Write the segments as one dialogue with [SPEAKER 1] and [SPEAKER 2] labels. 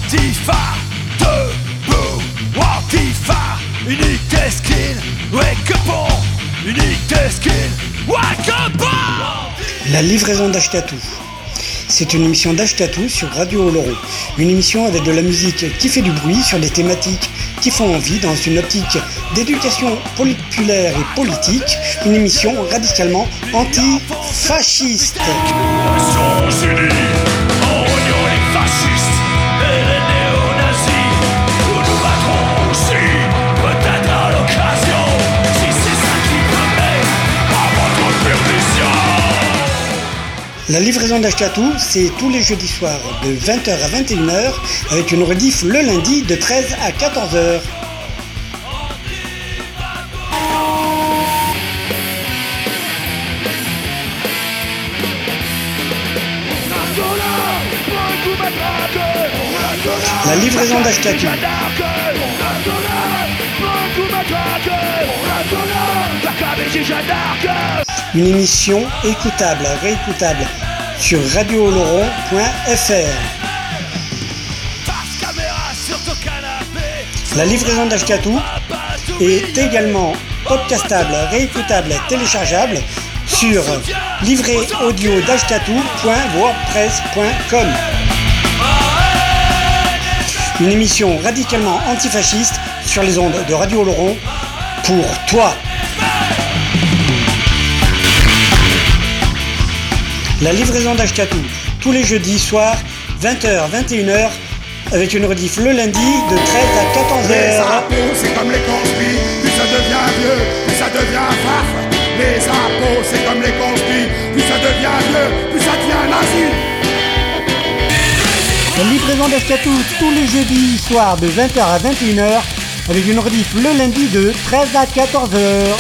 [SPEAKER 1] Antifa, debout, Antifa, unité skin, wake up on, unité skin, wake up on.
[SPEAKER 2] La livraison d'Ashkatou. C'est une émission d'Ashkatou sur Radio Oloron. Une émission avec de la musique qui fait du bruit sur des thématiques qui font envie dans une optique d'éducation populaire et politique. Une émission radicalement antifasciste. La livraison d'Ashkatou, c'est tous les jeudis soirs de 20h à 21h avec une rediff le lundi de 13 à 14h. La livraison d'Ashkatou. Une émission écoutable, réécoutable sur radiooloron.fr. La livraison d'Ashkatou est également podcastable, réécoutable, téléchargeable sur livréaudio-dashkatou.wordpress.com. Une émission radicalement antifasciste sur les ondes de Radio Oloron pour toi. La livraison d'Ashkatou, tous les jeudis soirs, 20h, 21h, avec une rediff le lundi de 13 à 14h.
[SPEAKER 3] Les impôts, c'est comme les conspires, plus ça devient vieux, plus ça devient farf. Les impôts, c'est comme les conspires, plus ça devient vieux, plus ça devient nazi.
[SPEAKER 2] La livraison d'Ashkatou, tous les jeudis soirs, de 20h à 21h, avec une rediff le lundi de 13 à 14h.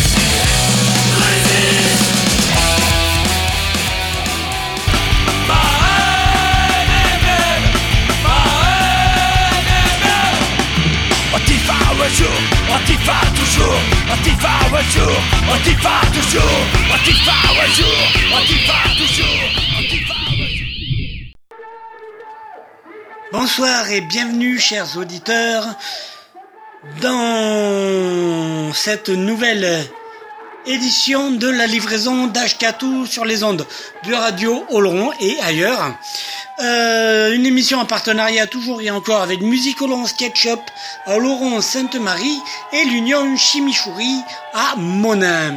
[SPEAKER 1] Antifa toujours, Antifa un jour, Antifa toujours, Antifa un jour, Antifa toujours, Antifa un jour.
[SPEAKER 2] Bonsoir et bienvenue chers auditeurs dans cette nouvelle édition de la livraison d'Ashkatou sur les ondes de Radio Oloron et ailleurs. Une émission en partenariat toujours et encore avec Musique Oloron Sketchup à Oloron Sainte-Marie et l'Union Chimichouri à Monin.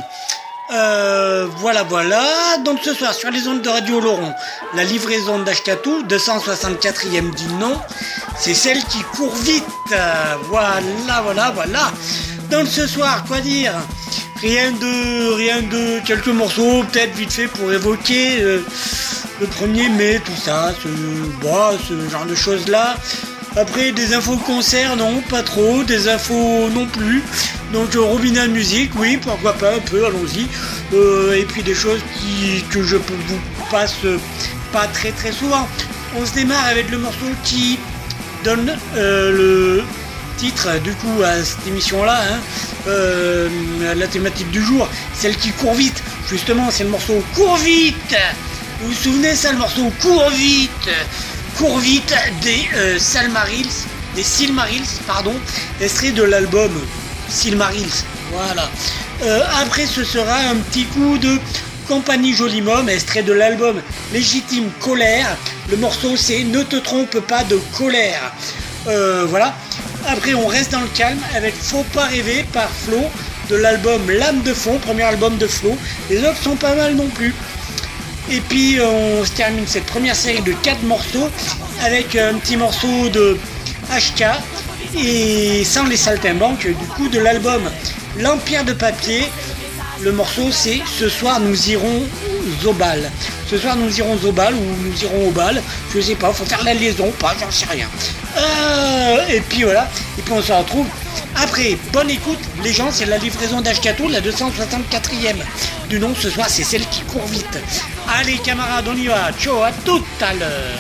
[SPEAKER 2] Voilà. Donc ce soir sur les ondes de Radio Oloron, la livraison d'Ashkatou, 264e du nom, c'est celle qui court vite. Voilà. Donc ce soir, quoi dire ? Rien de quelques morceaux, peut-être vite fait pour évoquer le 1er mai, tout ça, ce genre de choses-là. Après, des infos concert, non, pas trop, des infos non plus. Donc, robinet de musique, oui, pourquoi pas, un peu, allons-y. Et puis des choses que je vous passe pas très très souvent. On se démarre avec le morceau qui donne le titre du coup à cette émission-là, la thématique du jour, celle qui court vite. Justement, c'est le morceau Cours vite. Vous vous souvenez ça, le morceau Cours vite des Silmarils, extrait de l'album Silmarils. Voilà. Après, ce sera un petit coup de Compagnie Jolimum, extrait de l'album Légitime Colère. Le morceau, c'est Ne te trompe pas de colère. Voilà. Après, on reste dans le calme avec Faut pas rêver par Flo de l'album L'âme de fond, premier album de Flo. Les autres sont pas mal non plus. Et puis on se termine cette première série de 4 morceaux avec un petit morceau de HK et sans les saltimbanques du coup de l'album L'Empire de papier. Le morceau c'est Ce soir nous irons au bal. Ce soir nous irons au bal ou nous irons au bal, je sais pas, faut faire la liaison, pas, j'en sais rien. Et puis voilà, et puis on se retrouve après. Bonne écoute les gens, c'est la livraison d'Ashkatou, la 264e du nom ce soir, c'est celle qui court vite. Allez camarades, on y va, ciao, à tout à l'heure.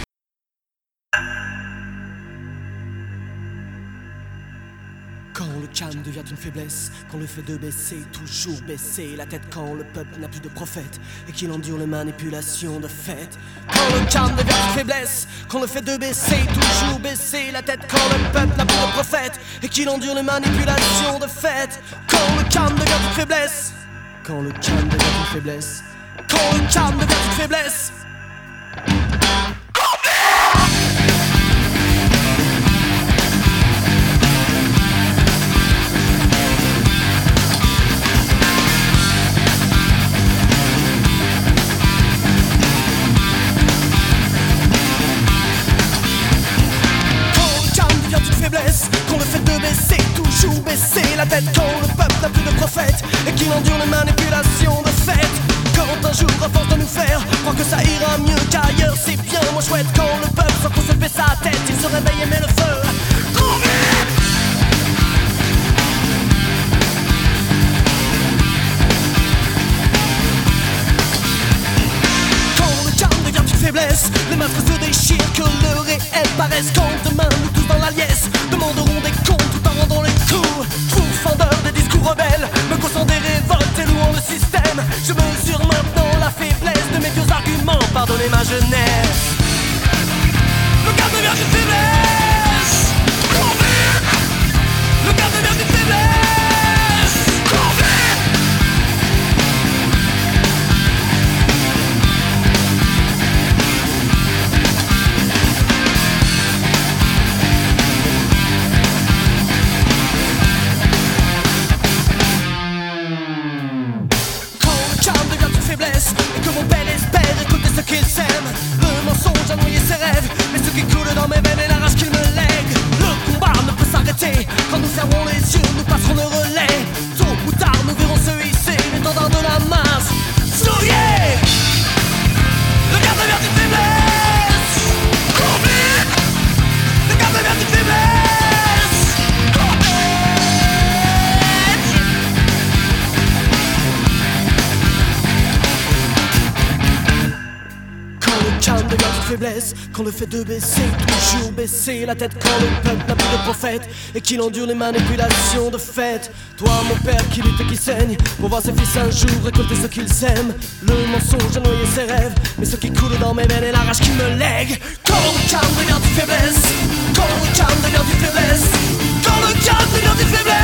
[SPEAKER 4] Quand le calme devient une faiblesse, qu'on le fait de baisser, toujours baisser la tête quand le peuple n'a plus de prophète et qu'il endure les manipulations de fait. Quand le calme devient une faiblesse, qu'on le fait de baisser, toujours baisser la tête quand le peuple n'a plus de prophète et qu'il endure les manipulations de fait. Quand le calme devient une faiblesse, quand le calme devient une faiblesse, quand le calme devient une faiblesse. Qu'on le fait de baisser, toujours baisser la tête quand le peuple n'a plus de prophète et qu'il endure les manipulations de fait. Quand un jour à force de nous faire croire que ça ira mieux qu'ailleurs, c'est bien moins chouette quand le peuple sans qu'on se baisse sa tête, il se réveille et met le feu. Faiblesse, les masques se déchirent, que le réel paraisse. Quand demain nous tous dans la liesse demanderons des comptes tout en rendant les coups. Pourfendeur des discours rebelles, me causant des révoltes et louant le système. Je mesure maintenant la faiblesse de mes vieux arguments. Pardonnez ma jeunesse. Le calme devient une faiblesse. Le calme devient une faiblesse. Et que mon père espère écouter ce qu'il sème. Le mensonge a noyé ses rêves, mais ce qui coule dans mes veines est la rage qu'il me lègue. Le combat ne peut s'arrêter, quand nous fermerons les yeux, nous passerons le relais. Tôt ou tard, nous verrons se hisser l'étendard de la masse. Souillé, le garde devient une faiblesse. Le garde devient une faiblesse. Calme devient une faiblesse, qu'on le fait de baisser, toujours baisser la tête quand le peuple n'a plus de prophète et qu'il endure les manipulations de fait. Toi mon père qui lutte et qui saigne pour voir ses fils un jour récolter ce qu'ils aiment. Le mensonge a noyé ses rêves, mais ce qui coule dans mes veines est la rage qu'il me lègue. Quand le calme devient une faiblesse, quand le calme devient une faiblesse, quand le calme devient une faiblesse.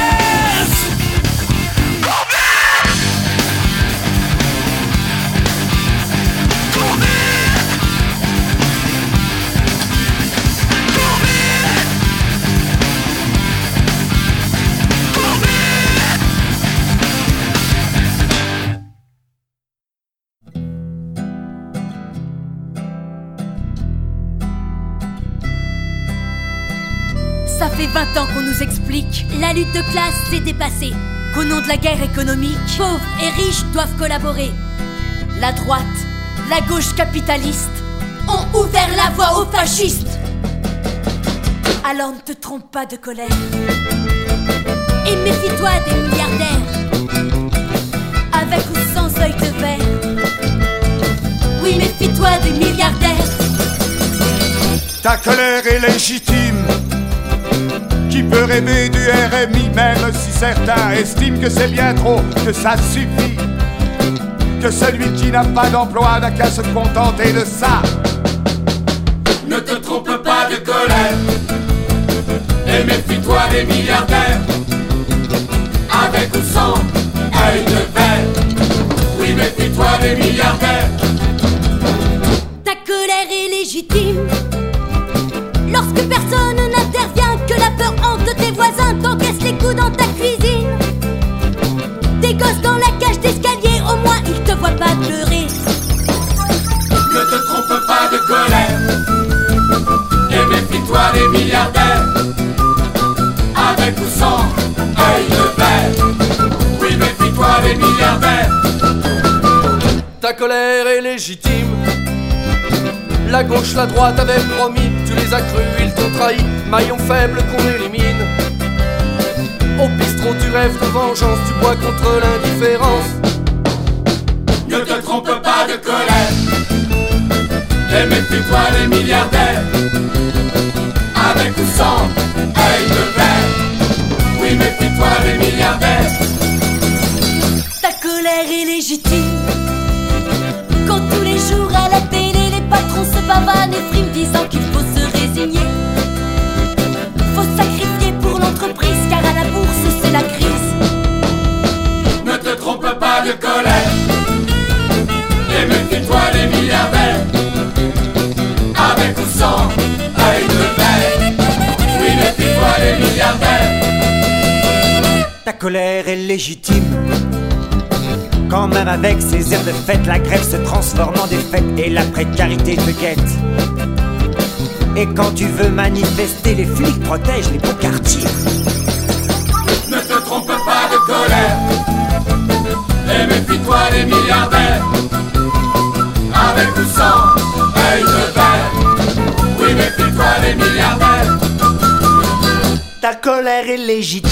[SPEAKER 5] Ça fait 20 ans qu'on nous explique la lutte de classe s'est dépassée, qu'au nom de la guerre économique, pauvres et riches doivent collaborer. La droite, la gauche capitaliste ont ouvert la voie aux fascistes. Alors ne te trompe pas de colère et méfie-toi des milliardaires, avec ou sans œil de verre. Oui, méfie-toi des milliardaires.
[SPEAKER 3] Ta colère est légitime. Qui peut rêver du RMI, même si certains estiment que c'est bien trop, que ça suffit, que celui qui n'a pas d'emploi n'a qu'à se contenter de ça.
[SPEAKER 1] Ne te trompe pas de colère et méfie-toi des milliardaires, avec ou sans œil de verre. Oui, méfie-toi des milliardaires.
[SPEAKER 5] Ta colère est légitime lorsque personne n'intervient, que la peur hante tes voisins, t'encaisse les coups dans ta cuisine. Tes gosses dans la cage d'escalier, au moins ils te voient pas pleurer.
[SPEAKER 1] Ne te trompe pas de colère et méfie-toi des milliardaires, avec ou sans œil de verre. Oui, méfie-toi des milliardaires.
[SPEAKER 4] Ta colère est légitime. La gauche, la droite avaient promis, tu les as crus, ils t'ont trahi. Maillon faible qu'on élimine. Au bistrot tu rêves de vengeance, tu bois contre l'indifférence.
[SPEAKER 1] Ne te trompe pas de colère et méfie-toi des milliardaires, avec ou sans œil de verre. Oui, Oui, méfie-toi des milliardaires.
[SPEAKER 5] Ta colère est légitime. Quand tous les jours à la télé les patrons se bavanent et friment disant qu'il faut se résigner. Faut sacrifier pour l'entreprise car à la bourse c'est la crise.
[SPEAKER 1] Ne te trompe pas de colère. Et méfie-toi des milliardaires. Avec ou sans œil de verre. Oui, méfie-toi des milliardaires.
[SPEAKER 6] Ta colère est légitime. Quand même avec ces airs de fête, la grève se transforme en défaite et la précarité te guette. Et quand tu veux manifester, les flics protègent les beaux quartiers.
[SPEAKER 1] Ne te trompe pas de colère. Et méfie-toi des milliardaires. Avec ou sans œil de verre. Oui, méfie-toi des milliardaires.
[SPEAKER 6] Ta colère est légitime.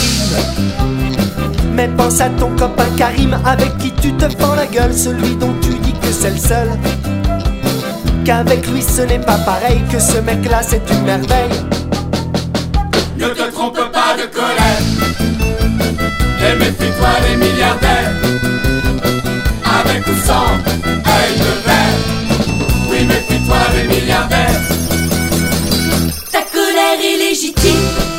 [SPEAKER 6] Mais pense à ton copain Karim, avec qui tu te fends la gueule, celui dont tu dis que c'est le seul. Qu'avec lui ce n'est pas pareil, que ce mec-là c'est une merveille.
[SPEAKER 1] Ne te trompe pas de colère. Et méfie-toi des milliardaires. Avec ou sans œil de verre. Oui, méfie-toi des milliardaires.
[SPEAKER 5] Ta colère est légitime.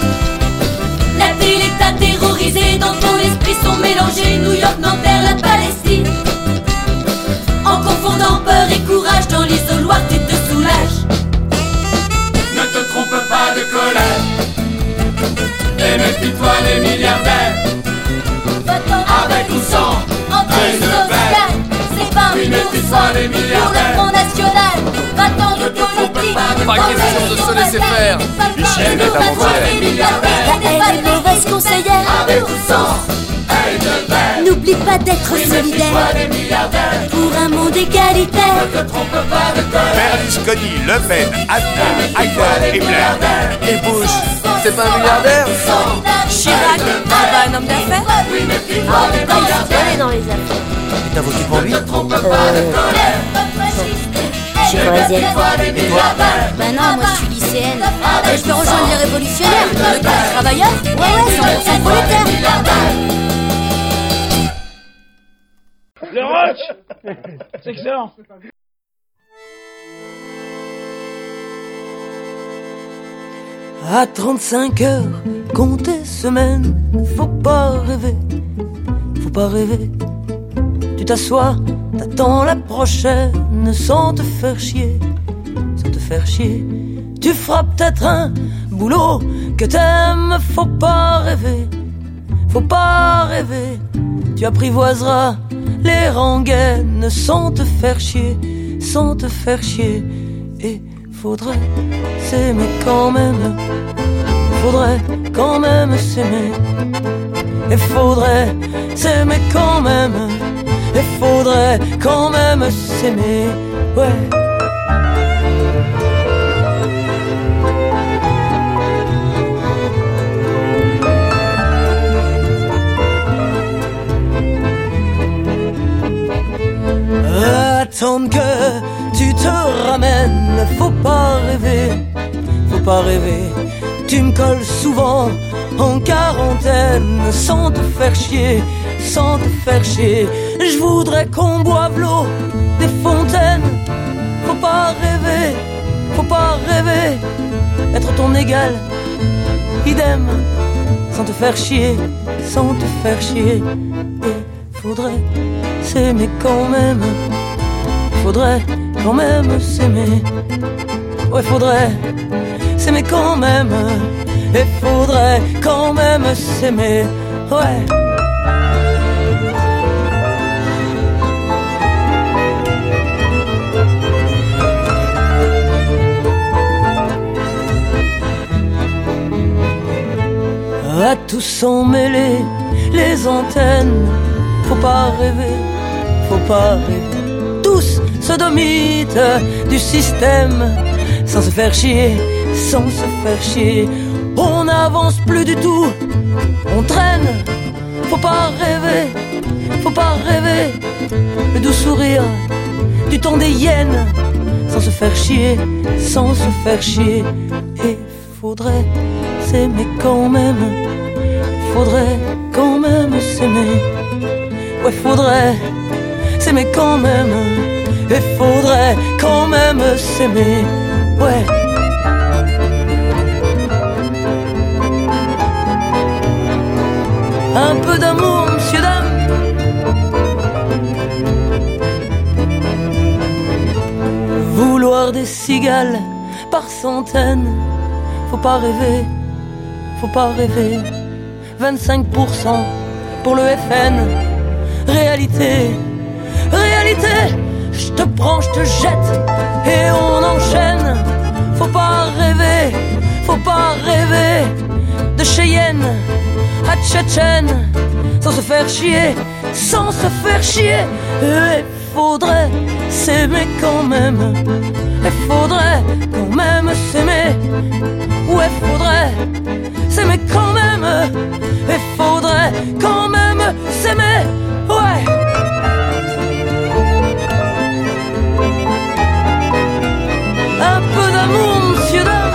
[SPEAKER 5] La télé t'a terrorisé, dans ton esprit sont mélangés New York, Nanterre, la Palestine. En confondant peur et courage, dans l'isoloir tu te soulages.
[SPEAKER 1] Ne te trompe pas de colère. Et méfie-toi des milliardaires. Avec ou sans œil de verre.
[SPEAKER 5] C'est 20
[SPEAKER 1] Oui, méfie-toi des
[SPEAKER 5] pour le
[SPEAKER 1] milliardaires.
[SPEAKER 5] Front National. 20 ans de politique.
[SPEAKER 7] Pas question de se laisser faire.
[SPEAKER 1] Michel est avant-hier.
[SPEAKER 5] Elle est mauvaise conseillère.
[SPEAKER 1] Avec ou sans œil de verre.
[SPEAKER 5] N'oublie pas d'être
[SPEAKER 1] Oui, méfie-toi
[SPEAKER 5] solidaire
[SPEAKER 1] des milliardaires.
[SPEAKER 5] pour un monde égalitaire.
[SPEAKER 1] Ne te trompe pas de colère.
[SPEAKER 3] Berlusconi, Le Pen, Aznar, Haïder et Blair.
[SPEAKER 7] Et Bush, c'est pas un milliardaire?
[SPEAKER 5] Chirac, un homme d'affaires.
[SPEAKER 1] Oui, méfie-toi des milliardaires.
[SPEAKER 5] dans les affaires.
[SPEAKER 6] Et t'as voté pour lui?
[SPEAKER 1] Ne te trompe pas de colère.
[SPEAKER 5] Je suis parisienne.
[SPEAKER 1] Méfie-toi des milliardaires.
[SPEAKER 5] Bah non, moi je suis lycéenne. Je vais rejoindre les révolutionnaires. Le classe travailleur. Ouais, 100% prolétaire.
[SPEAKER 8] Le rock. C'est excellent.
[SPEAKER 4] À 35 heures, compter semaine, faut pas rêver, faut pas rêver. Tu t'assois, t'attends la prochaine sans te faire chier, sans te faire chier. Tu feras peut-être un boulot que t'aimes, faut pas rêver, faut pas rêver. Tu apprivoiseras les rengaines sans te faire chier, sans te faire chier. Et faudrait s'aimer quand même, faudrait quand même s'aimer. Et faudrait s'aimer quand même, et faudrait quand même s'aimer, ouais. Attendre que tu te ramènes, faut pas rêver, faut pas rêver. Tu me colles souvent en quarantaine sans te faire chier, sans te faire chier. Je voudrais qu'on boive l'eau des fontaines. Faut pas rêver, faut pas rêver. Être ton égal, idem, sans te faire chier, sans te faire chier. Et faudrait s'aimer quand même, faudrait quand même s'aimer. Ouais, faudrait s'aimer quand même, et faudrait quand même s'aimer, ouais. À tous s'en mêler les antennes, faut pas rêver, faut pas rêver. Tous sodomites du système, sans se faire chier, sans se faire chier. On n'avance plus du tout, on traîne. Faut pas rêver, faut pas rêver. Le doux sourire du temps des hyènes, sans se faire chier, sans se faire chier. Et faudrait s'aimer quand même, faudrait quand même s'aimer. Ouais, faudrait s'aimer quand même. Et faudrait quand même s'aimer. Ouais. Un peu d'amour, monsieur, dame. Vouloir des cigales par centaines. Faut pas rêver, faut pas rêver. 25% pour le FN. Réalité, réalité. Je te prends, je te jette et on enchaîne. Faut pas rêver, faut pas rêver. De Cheyenne à Tchétchène, sans se faire chier, sans se faire chier. Et faudrait s'aimer quand même. Et faudrait quand même s'aimer. Ouais, faudrait s'aimer quand même. Et faudrait quand même s'aimer. Ouais. Un peu d'amour, monsieur, dame.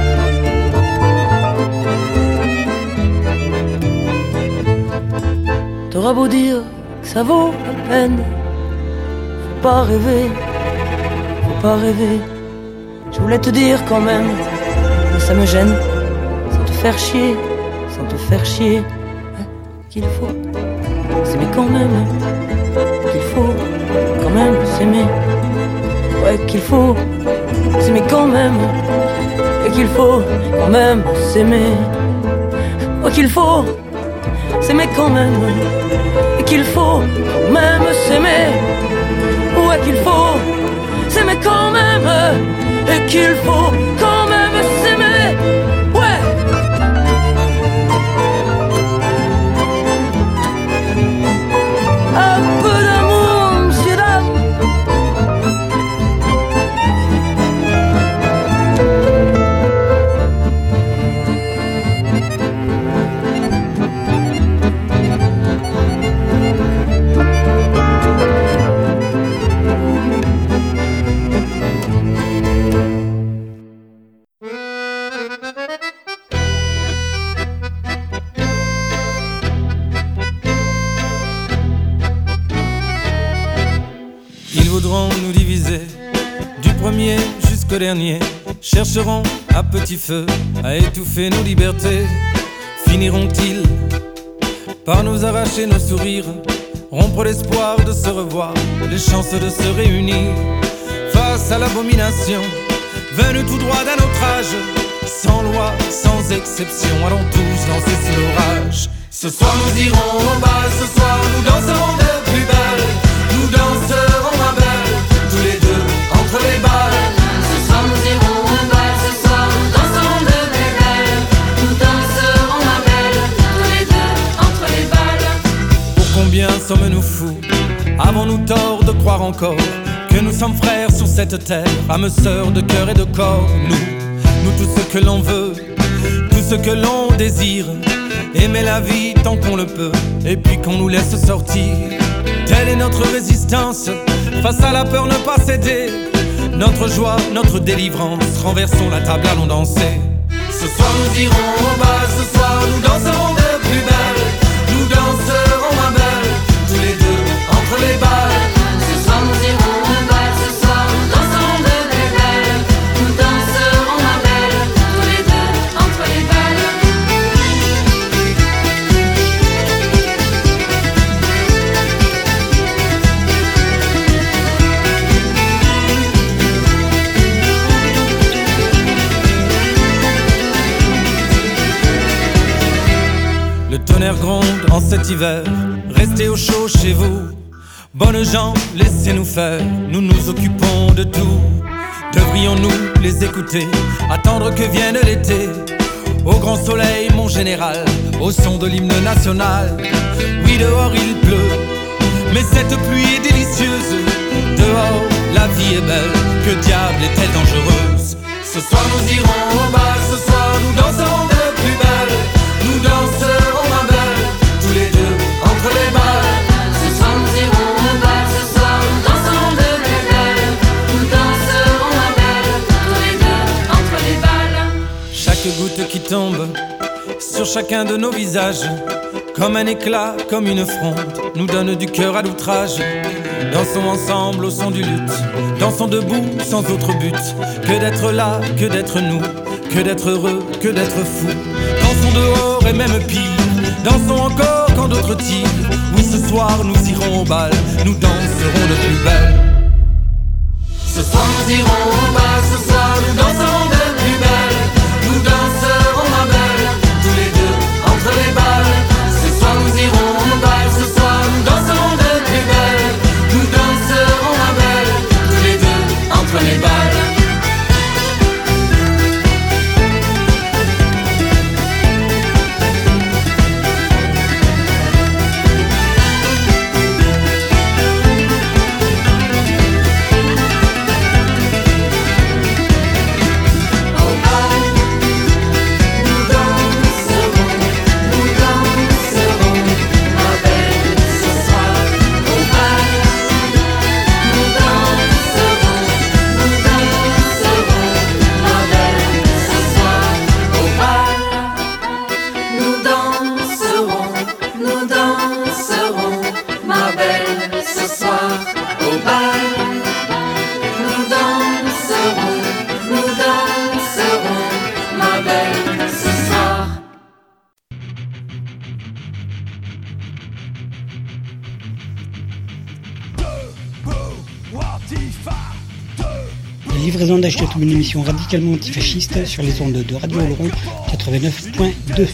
[SPEAKER 4] T'auras beau dire que ça vaut la peine, faut pas rêver, faut pas rêver. Je voulais te dire quand même, mais ça me gêne, sans te faire chier, sans te faire chier, ouais, qu'il faut s'aimer quand même, qu'il faut quand même s'aimer, ouais, qu'il faut s'aimer quand même, et qu'il faut quand même s'aimer, ouais, qu'il faut s'aimer quand même, et qu'il faut quand même s'aimer, ouais, qu'il faut s'aimer quand même, et qu'il faut quand même s'aimer, ouais. Un peu d'amour, monsieur, dame.
[SPEAKER 9] Nous diviser du premier jusqu'au dernier, chercheront à petit feu à étouffer nos libertés. Finiront-ils par nous arracher nos sourires, rompre l'espoir de se revoir, les chances de se réunir face à l'abomination venue tout droit d'un autre âge, sans loi, sans exception, allons tous danser sous l'orage. Ce soir nous irons au bal, ce soir nous danserons de plus belle, nous danserons ma belle, tous les deux entre les balles.
[SPEAKER 10] Ce soir nous irons au bal, ce soir nous danserons de plus belle, nous danserons ma belle, tous les deux entre les balles.
[SPEAKER 9] Pour combien sommes-nous fous, avons-nous tort de croire encore que nous sommes frères sur cette terre, âmes sœurs de cœur et de corps. Nous tout ce que l'on veut, tout ce que l'on désire, aimer la vie tant qu'on le peut, et puis qu'on nous laisse sortir. Telle est notre résistance, face à la peur ne pas céder. Notre joie, notre délivrance, renversons la table, allons danser.
[SPEAKER 10] Ce soir nous irons au bal, ce soir nous danserons de plus belle, nous danserons ma belle, tous les deux entre les balles. Ce soir nous irons au bal, ce soir nous danserons de plus belle, nous danserons ma belle, tous les deux entre les balles.
[SPEAKER 9] Le tonnerre gronde en cet hiver, restez au chaud chez vous. Bonnes gens, laissez-nous faire, nous nous occupons de tout. Devrions-nous les écouter, attendre que vienne l'été? Au grand soleil, mon général, au son de l'hymne national. Oui, dehors il pleut, mais cette pluie est délicieuse. Dehors, la vie est belle, que diable est-elle dangereuse?
[SPEAKER 10] Ce soir nous irons au bal, ce soir nous danserons de plus belle, nous danserons ma belle, tous les deux entre les balles. Ce soir nous irons au bal, ce soir nous danserons de plus belle, nous danserons ma belle, tous les deux entre les balles.
[SPEAKER 9] Chaque goutte qui tombe sur chacun de nos visages, comme un éclat, comme une fronde, nous donne du cœur à l'outrage. Dansons ensemble au son du luth, dansons debout sans autre but que d'être là, que d'être nous, que d'être heureux, que d'être fou. Dansons dehors et même pire, dansons encore quand d'autres tirent. Oui, ce soir nous irons au bal, nous danserons de plus belle.
[SPEAKER 10] Ce soir nous irons au bal, ce soir nous danserons de plus belle. Nous danserons ma belle, tous les deux entre les balles. Ce soir nous irons au bal, ce soir nous danserons de plus belle. Nous danserons ma belle, tous les deux entre les balles.
[SPEAKER 2] La livraison d'Ashkatou, une émission radicalement antifasciste sur les ondes de Radio Oloron 89.2.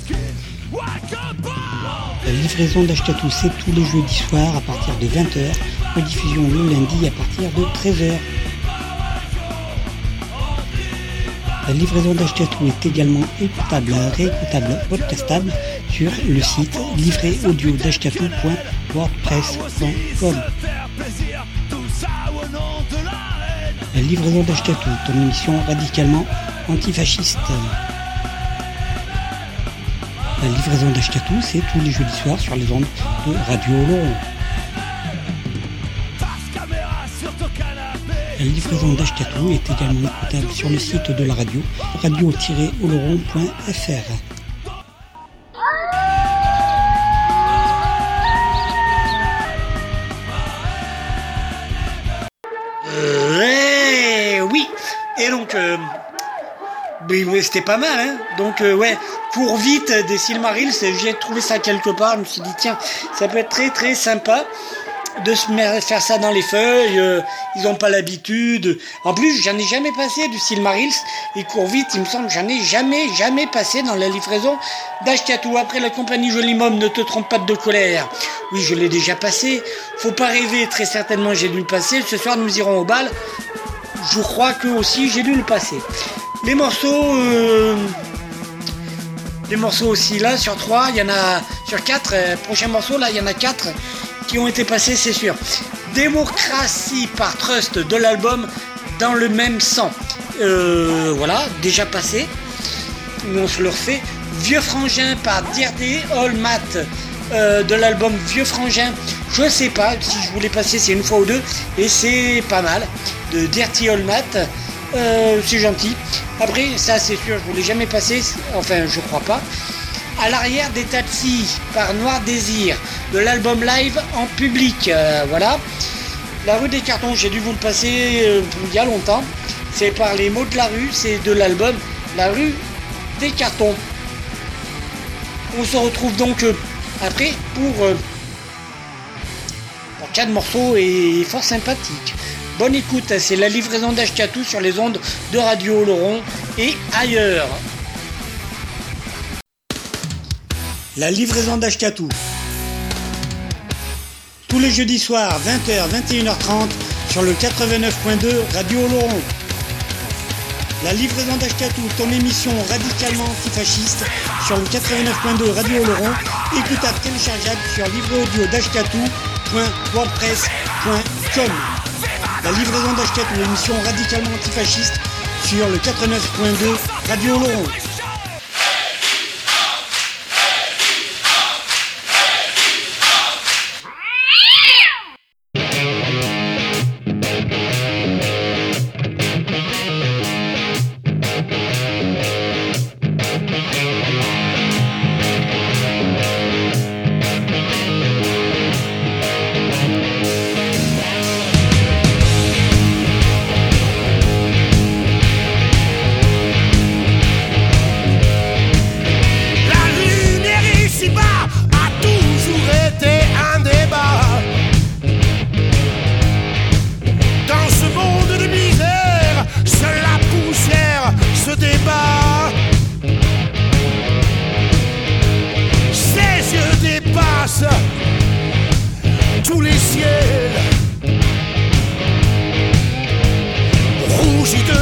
[SPEAKER 2] La livraison d'Ashkatou, c'est tous les jeudis soirs à partir de 20h, rediffusion le lundi à partir de 13h. La livraison d'Ashkatou est également écoutable, réécoutable, podcastable sur le site livréaudio-dashkatou.wordpress.com. La livraison d'Ashkatou, ton émission radicalement antifasciste. La livraison d'Ashkatou, c'est tous les jeudis soirs sur les ondes de Radio Oloron. La livraison d'Ashkatou est également écoutable sur le site de la radio, radio-oloron.fr. Oui, et donc, c'était pas mal, hein. Donc, ouais, pour vite des Silmarils, j'ai trouvé ça quelque part, je me suis dit, tiens, ça peut être très très sympa de se faire ça dans les feuilles, ils ont pas l'habitude. En plus, j'en ai jamais passé du Silmarils, il court vite, il me semble, j'en ai jamais passé dans la livraison d'Ashkatou. Après la compagnie Jolimum, ne te trompe pas de colère. Oui, je l'ai déjà passé, faut pas rêver, très certainement j'ai dû le passer. Ce soir, nous irons au bal, je crois que aussi j'ai dû le passer. Les morceaux aussi, là, sur 3, il y en a, sur 4, prochains morceaux, là, il y en a 4 qui ont été passés, c'est sûr. Démocratie par Trust de l'album Dans le même sang. Voilà, déjà passé. On se le refait. Vieux Frangin par Dirty Old Matt de l'album Vieux Frangin. Je sais pas si je voulais passer, c'est une fois ou deux. Et c'est pas mal. De Dirty Old Matt. C'est gentil. Après, ça c'est sûr, je voulais jamais passer. Enfin, je crois pas. À l'arrière des taxis par Noir Désir de l'album Live en public, voilà. La rue des cartons, j'ai dû vous le passer il y a longtemps, c'est par les mots de la rue, c'est de l'album La rue des cartons. On se retrouve donc après pour 4 morceaux et fort sympathiques. Bonne écoute, c'est la livraison d'Ashkatou sur les ondes de Radio Oloron et ailleurs. La livraison d'Ashkatou. Tous les jeudis soirs, 20h, 21h30, sur le 89.2 Radio Oloron. La livraison d'Ashkatou, ton émission radicalement antifasciste, sur le 89.2 Radio Oloron, écoutable téléchargeable sur livréaudio-dashkatou.wordpress.com. La livraison d'Ashkatou, l'émission radicalement antifasciste, sur le 89.2 Radio Oloron.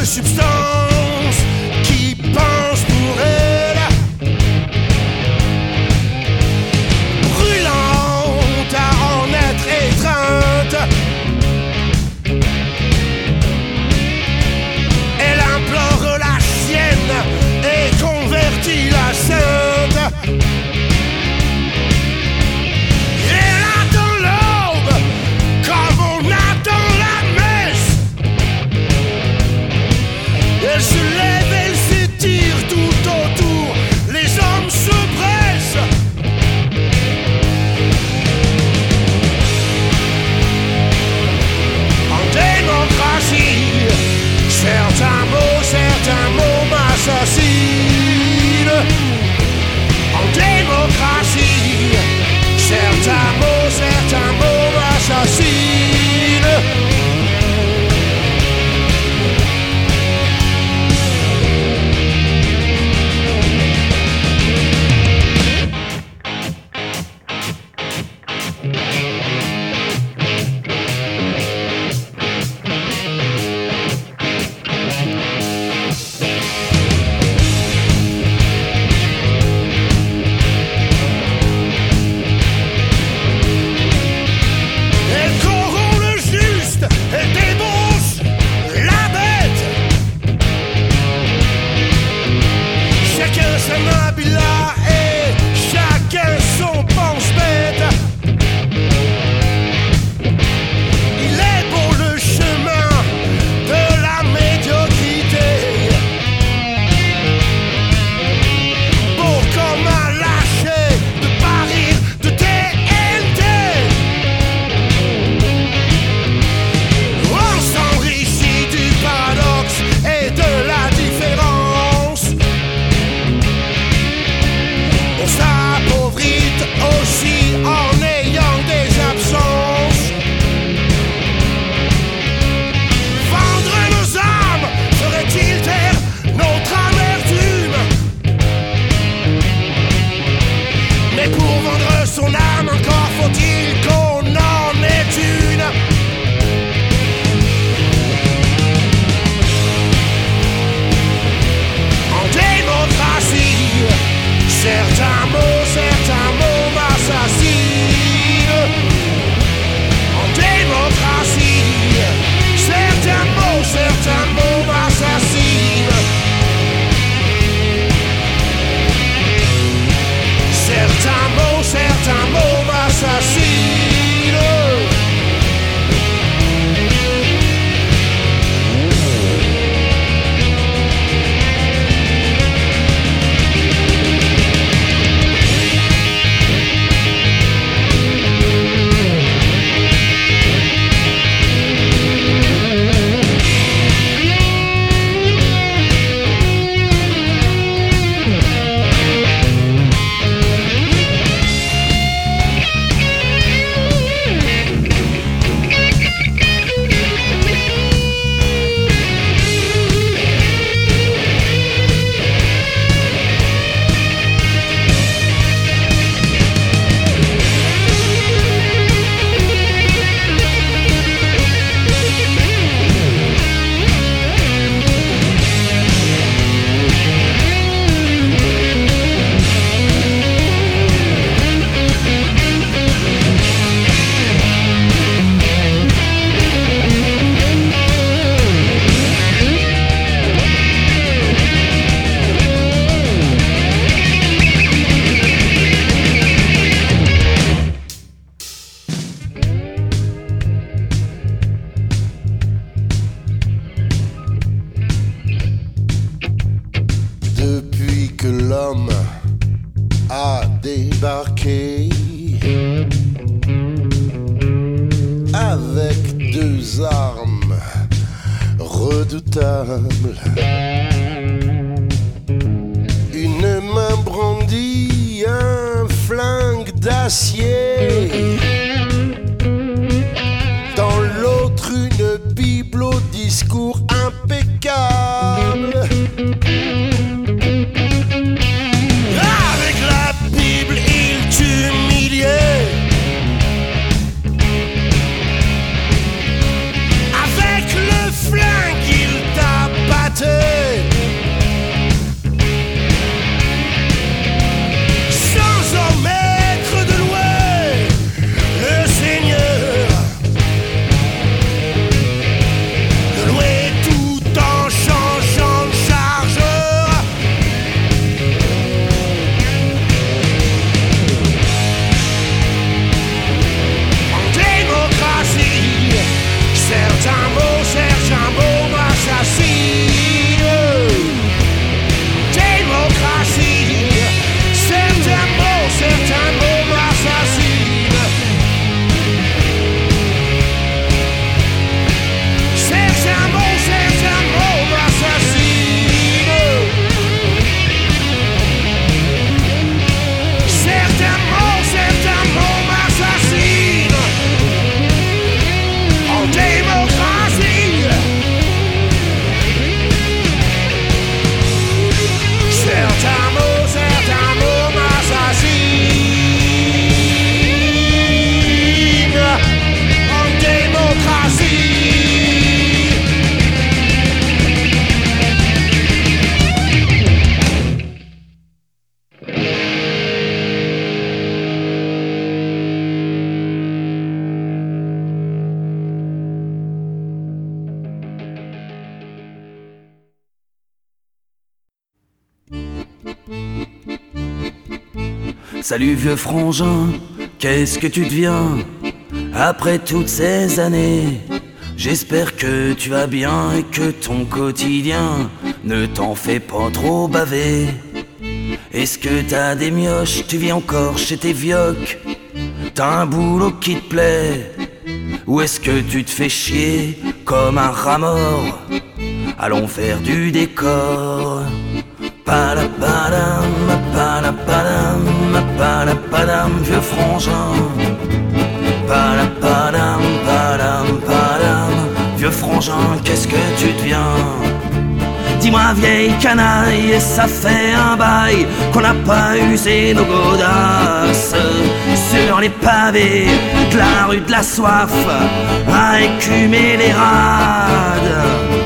[SPEAKER 11] substance qui pense pour elle, brûlante à en être étreinte. Elle implore la sienne et convertit la sainte. Elle attend l'aube comme on attend la messe. Elle se lève, elle s'étire tout autour, les hommes se pressent. En démocratie, certains mots m'assassinent. En démocratie, certains mots m'assassinent. Elle corrompt le juste, elle débauche la bête. Chacun sa Nabila et chacun son pense-bête. Il est beau le chemin de la médiocrité, beau comme un lâcher de parir de TNT. On s'enrichit du paradoxe et de la différence. On s'appauvrit aussi en ayant des absences. Vendre nos âmes ferait-il taire notre amertume? Mais pour vendre son âme, encore faut-il qu'on en ait une. En démocratie, certains mots m'assassinent. En démocratie, certains mots m'assassinent. Certains mots m'assassinent. Depuis que l'homme a débarqué avec deux armes redoutables, une main brandit un flingue d'acier, dans l'autre une bible au discours impeccable. Avec la Bible, il t'humiliait. Avec le flingue, il t'a battu.
[SPEAKER 12] Salut vieux frangin, qu'est-ce que tu deviens après toutes ces années? J'espère que tu vas bien et que ton quotidien ne t'en fait pas trop baver. Est-ce que t'as des mioches, tu vis encore chez tes vioques? T'as un boulot qui te plaît? Ou est-ce que tu te fais chier comme un rat mort? Allons faire du décor. Palapadam, palapadam, palapadam, vieux frangin. Palapadam, padam, padam, vieux frangin, qu'est-ce que tu deviens? Dis-moi vieille canaille, ça fait un bail qu'on n'a pas usé nos godasses sur les pavés de la rue de la Soif à écumer les rades.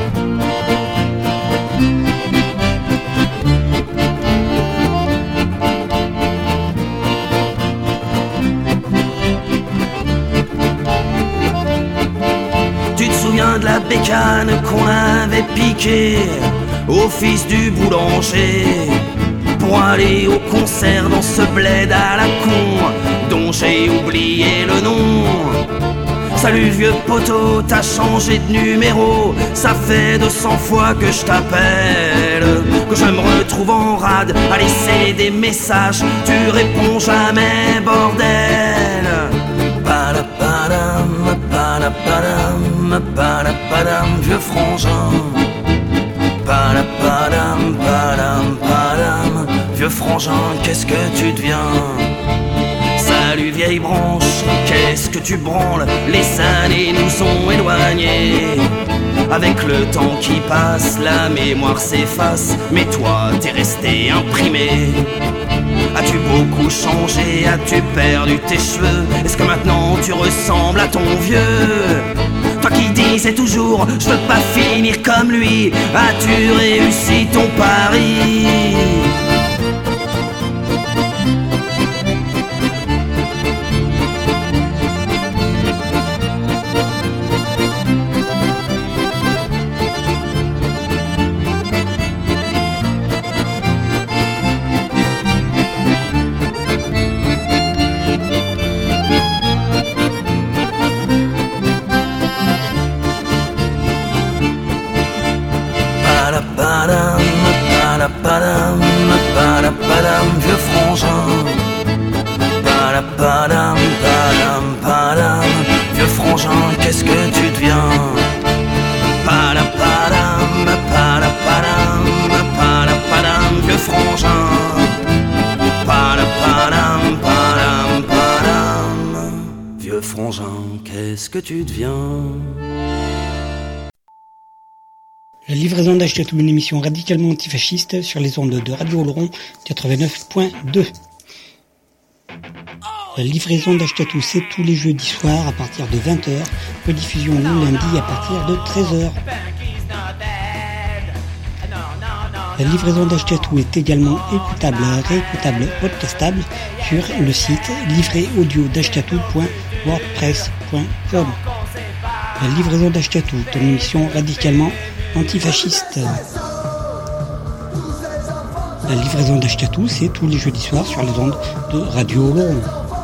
[SPEAKER 12] Tu te souviens de la bécane qu'on avait piquée au fils du boulanger pour aller au concert dans ce bled à la con dont j'ai oublié le nom. Salut vieux poteau, t'as changé de numéro, ça fait 200 fois que je t'appelle, que je me retrouve en rade à laisser des messages, tu réponds jamais bordel. Palapadam, palapadam, palapadam, vieux frangin. Palapadam, padam, padam, vieux frangin, qu'est-ce que tu deviens? Salut vieille branche, qu'est-ce que tu branles? Les années nous ont éloignés. Avec le temps qui passe, la mémoire s'efface, mais toi t'es resté imprimé. As-tu beaucoup changé? As-tu perdu tes cheveux? Est-ce que maintenant tu ressembles à ton vieux? Toi qui disais toujours je veux pas finir comme lui, as-tu réussi ton pari? Palapadam, palapadam, vieux frangin. Palapadam, padam, padam, vieux frangin, qu'est-ce que tu deviens? Palapadam, palapadam, palapadam, vieux frangin. Palapadam, padam, padam, vieux frangin, qu'est-ce que tu deviens?
[SPEAKER 2] La livraison d'Achetatou, une émission radicalement antifasciste sur les ondes de Radio Oloron 89.2. La livraison d'Achetatou, c'est tous les jeudis soirs à partir de 20h, rediffusion le lundi à partir de 13h. La livraison d'Achetatou est également écoutable, réécoutable, podcastable sur le site livréaudio.wordpress.com. La livraison d'Achetatou, ton émission radicalement antifasciste. La livraison d'Achetatou, c'est tous les jeudis soirs sur les ondes de Radio Oloron.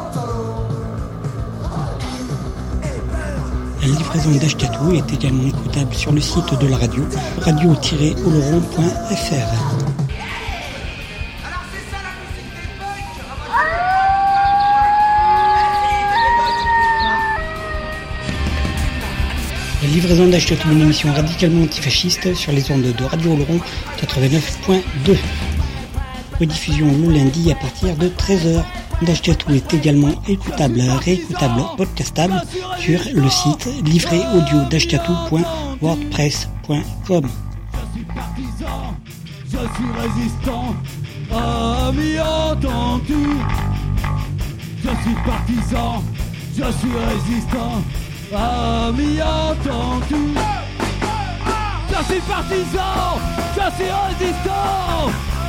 [SPEAKER 2] La livraison d'Achetatou est également écoutable sur le site de la radio, radio-oloron.fr. La livraison d'Achetatou, une émission radicalement antifasciste sur les ondes de Radio Oloron 89.2. Rediffusion le lundi à partir de 13h. D'Achetatou est également écoutable, réécoutable, podcastable sur le site livréaudio.wordpress.com.
[SPEAKER 13] Je suis résistant, ami entendu. Je suis partisan, je suis résistant, ami entendu. Je suis partisan, je suis résistant.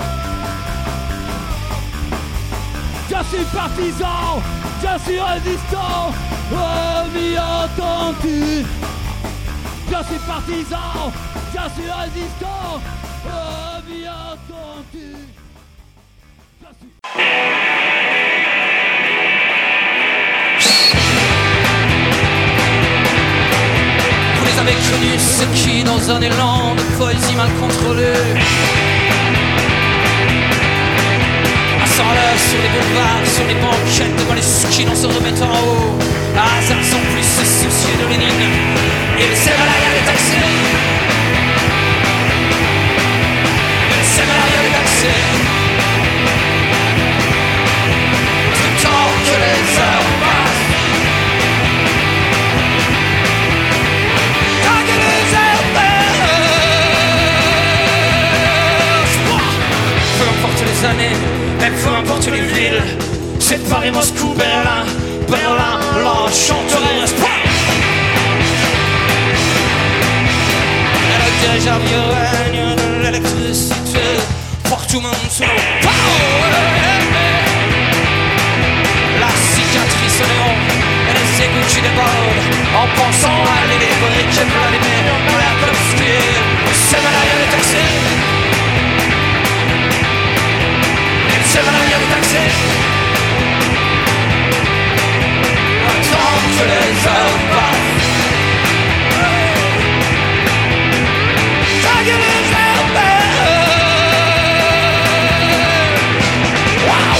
[SPEAKER 13] Je suis partisan, je suis résistant, ami entendu. Je suis partisan, je suis résistant, ami entendu. Je suis...
[SPEAKER 14] avez connu ce qui, dans un élan de poésie mal contrôlée, asseoir-le sur les boulevards, sur les banquettes, devant les skis, on se remet en haut. À hasard sans plus se soucier de Lénine, et le salariat est taxé. Et le salariat est taxé. Tout le temps que les heures passent, tant que les heures passent. Peu importe les années, même peu importe les villes, c'est Paris, Moscou, Berlin, Berlin, la chanterie reste pas. Et le dirigeable règne de l'électricité, pour tout le monde sous l'eau. La cicatrice au néon et les égouts qui débordent, en pensant à aller les briques et Vladimir Mayakovsky. C'est malarial est taxé. C'est malarial est taxé. Tant que les heures passent, tant que les heures passent. Wow!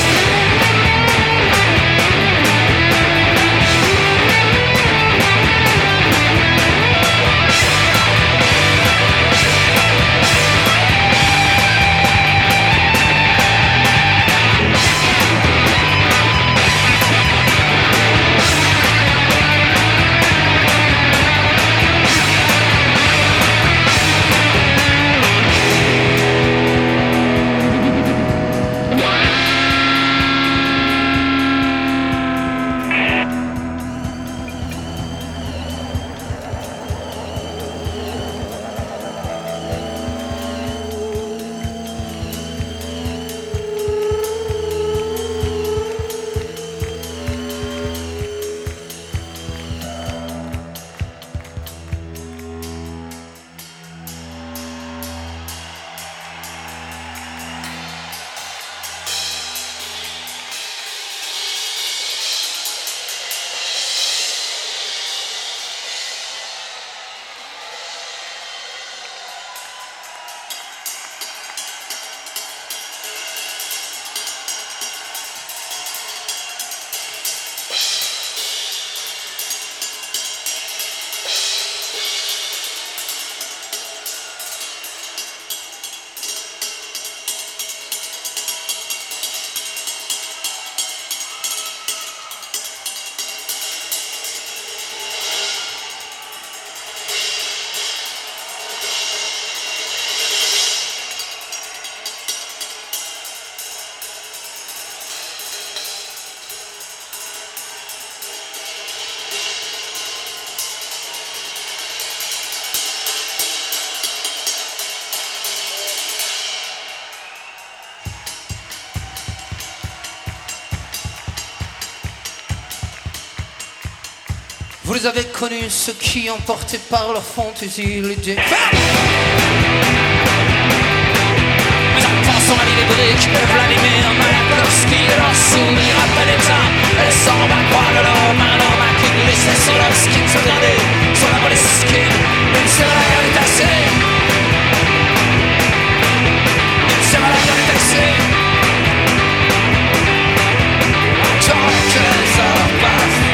[SPEAKER 14] Vous les avez connus, ceux qui, emportés par leur fantaisie, l'idée. Mais en pensant à l'île briques, Vladimir Mayakovsky, leur souvenir à tel état, et sans la croix de leur main, leur main qui glissait sur leur skin, se regarder sur la volée skin. Une sévère est taxée. Une sévère est taxée. Tant que les heures passent.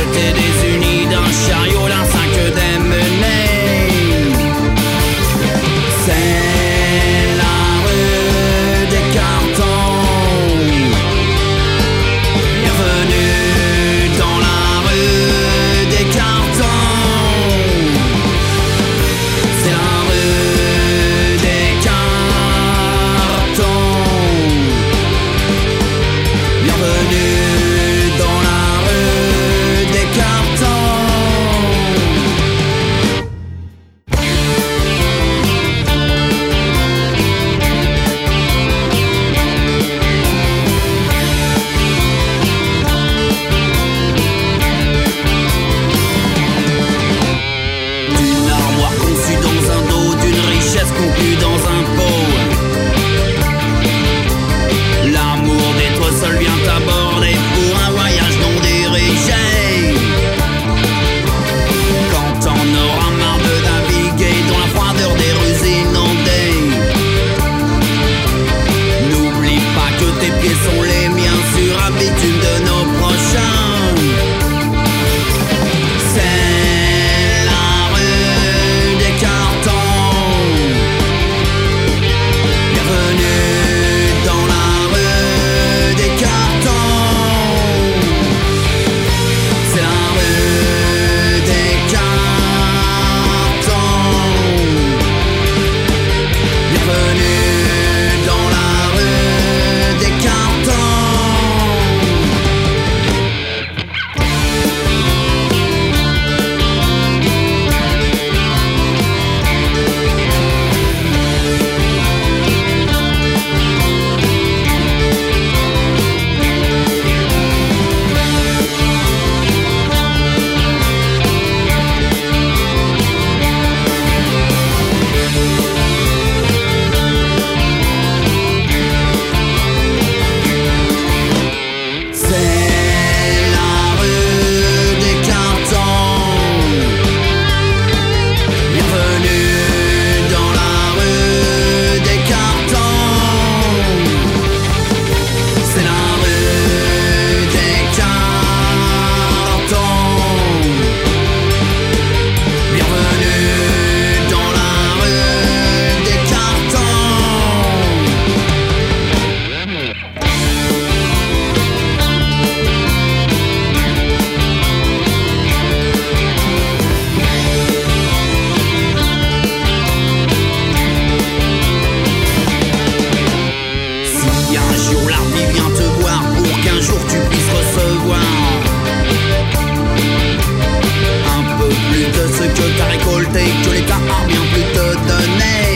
[SPEAKER 12] t'es désuni d'un chariot, d'un sac démené. C'est la rue des cartons. Bienvenue dans la rue des cartons. C'est la rue des cartons. Bienvenue dans la rue des cartons. D'une armoire conçue dans un dos, d'une richesse conclue dans un pot. L'amour des toi seul vient t'aborder pour un voyage non dirigé. Quand t'en auras marre de naviguer dans la froideur des rues inondées, n'oublie pas que tes pieds sont les miens sur un bitume de nos prochains. C'est la rue des cartons. Bienvenue dans la rue des cartons. C'est la rue des cartons. Bienvenue dans la rue des cartons. C'est la rue des cartons. Bienvenue dans la rue des cartons. C'est la rue des cartons. Bienvenue dans la rue des cartons. Si un jour la vie vient te voir pour qu'un jour tu puisses recevoir un peu plus de ce que t'as récolté, que l'État a bien pu te donner,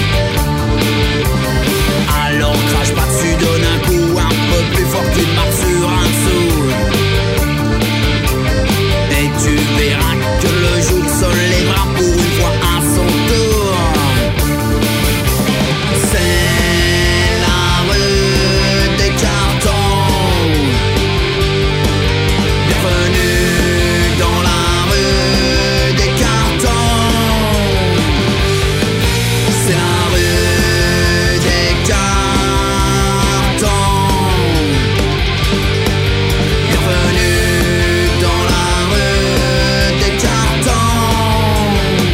[SPEAKER 12] alors crache pas dessus, donne un coup un peu plus fort qu'une marque sur un sou. Et tu verras que le jour se lèvera pour une fois à son tour. C'est la rue des cartons. Bienvenue dans la rue des cartons. C'est la rue des cartons. Bienvenue dans la rue des cartons.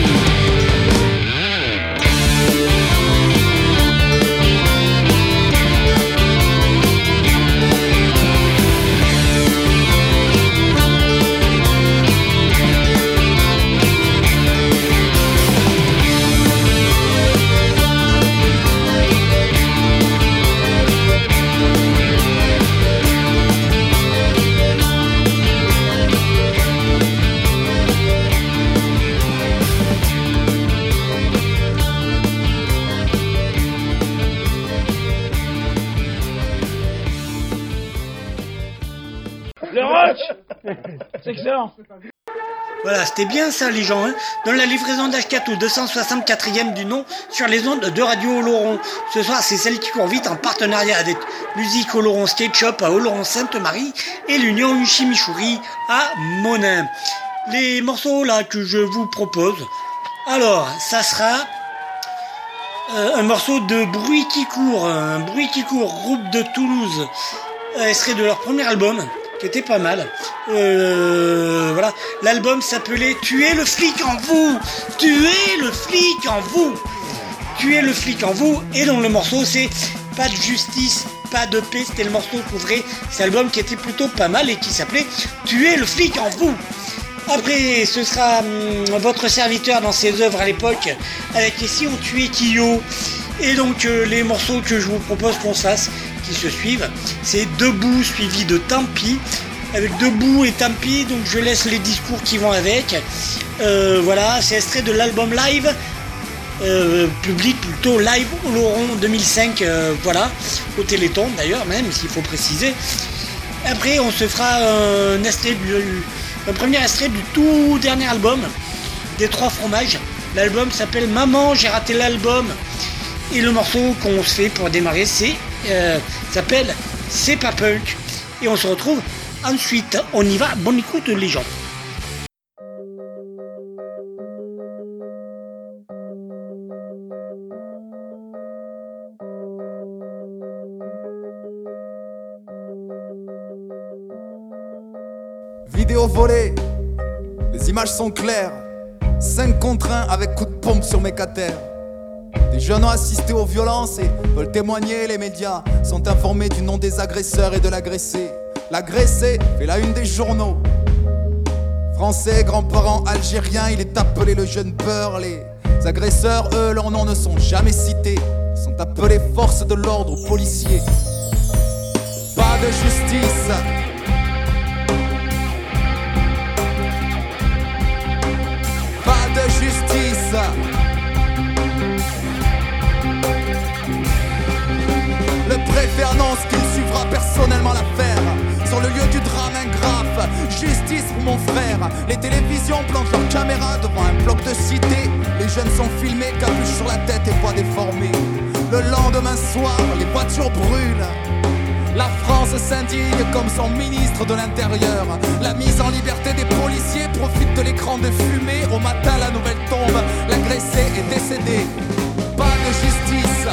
[SPEAKER 8] Le roach. C'est excellent.
[SPEAKER 2] Voilà, c'était bien ça les gens, hein. Dans la livraison d'Ashkatou, 264e du nom, sur les ondes de Radio Oloron. Ce soir, c'est celle qui court vite en partenariat avec Musique Oloron Skate Shop à Oloron-Sainte-Marie et l'Union Chimichurri à Monin. Les morceaux là que je vous propose, alors ça sera un morceau de Bruit qui court, groupe de Toulouse, extrait de leur premier album, qui était pas mal. Voilà, l'album s'appelait Tuez le flic en vous, tuez le flic en vous, tuez le flic en vous. Et donc le morceau c'est Pas de justice, pas de paix, c'était le morceau qu'ouvrait cet album qui était plutôt pas mal et qui s'appelait Tuez le flic en vous. Après, ce sera votre serviteur dans ses œuvres à l'époque avec les Si on tuait Kyo. Et donc les morceaux que je vous propose qu'on se fasse, qui se suivent, c'est Debout suivi de Tant pis. Avec Debout et Tant pis, donc je laisse les discours qui vont avec. Voilà, c'est extrait de l'album live, public plutôt live au Laurent 2005, voilà, au Téléthon d'ailleurs même, s'il faut préciser. Après, on se fera un premier extrait du tout dernier album des Trois Fromages. L'album s'appelle Maman, j'ai raté l'album. Et le morceau qu'on se fait pour démarrer, s'appelle C'est pas punk. Et on se retrouve ensuite. On y va, bonne écoute les gens.
[SPEAKER 15] Vidéo volée, les images sont claires. 5 contre 1 avec coup de pompe sur mes catères. Des jeunes ont assisté aux violences et veulent témoigner. Les médias sont informés du nom des agresseurs et de l'agressé. L'agressé fait la une des journaux. Français, grands-parents algériens, il est appelé le jeune peur. Les agresseurs, eux, leurs noms ne sont jamais cités. Ils sont appelés forces de l'ordre ou policiers. Pas de justice. Pas de justice. Le préfet annonce qu'il suivra personnellement l'affaire. Sur le lieu du drame, un graphe. Justice pour mon frère. Les télévisions plantent leurs caméras devant un bloc de cité. Les jeunes sont filmés, capuche sur la tête et voix déformées. Le lendemain soir, les voitures brûlent. La France s'indigne comme son ministre de l'Intérieur. La mise en liberté des policiers profite de l'écran de fumée. Au matin, la nouvelle tombe. L'agressé est décédé. Pas de justice.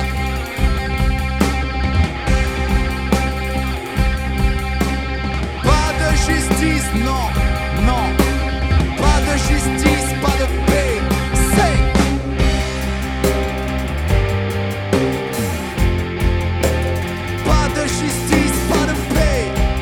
[SPEAKER 15] Justice, non, non. Pas de justice, pas de paix. C'est pas de justice, pas de paix.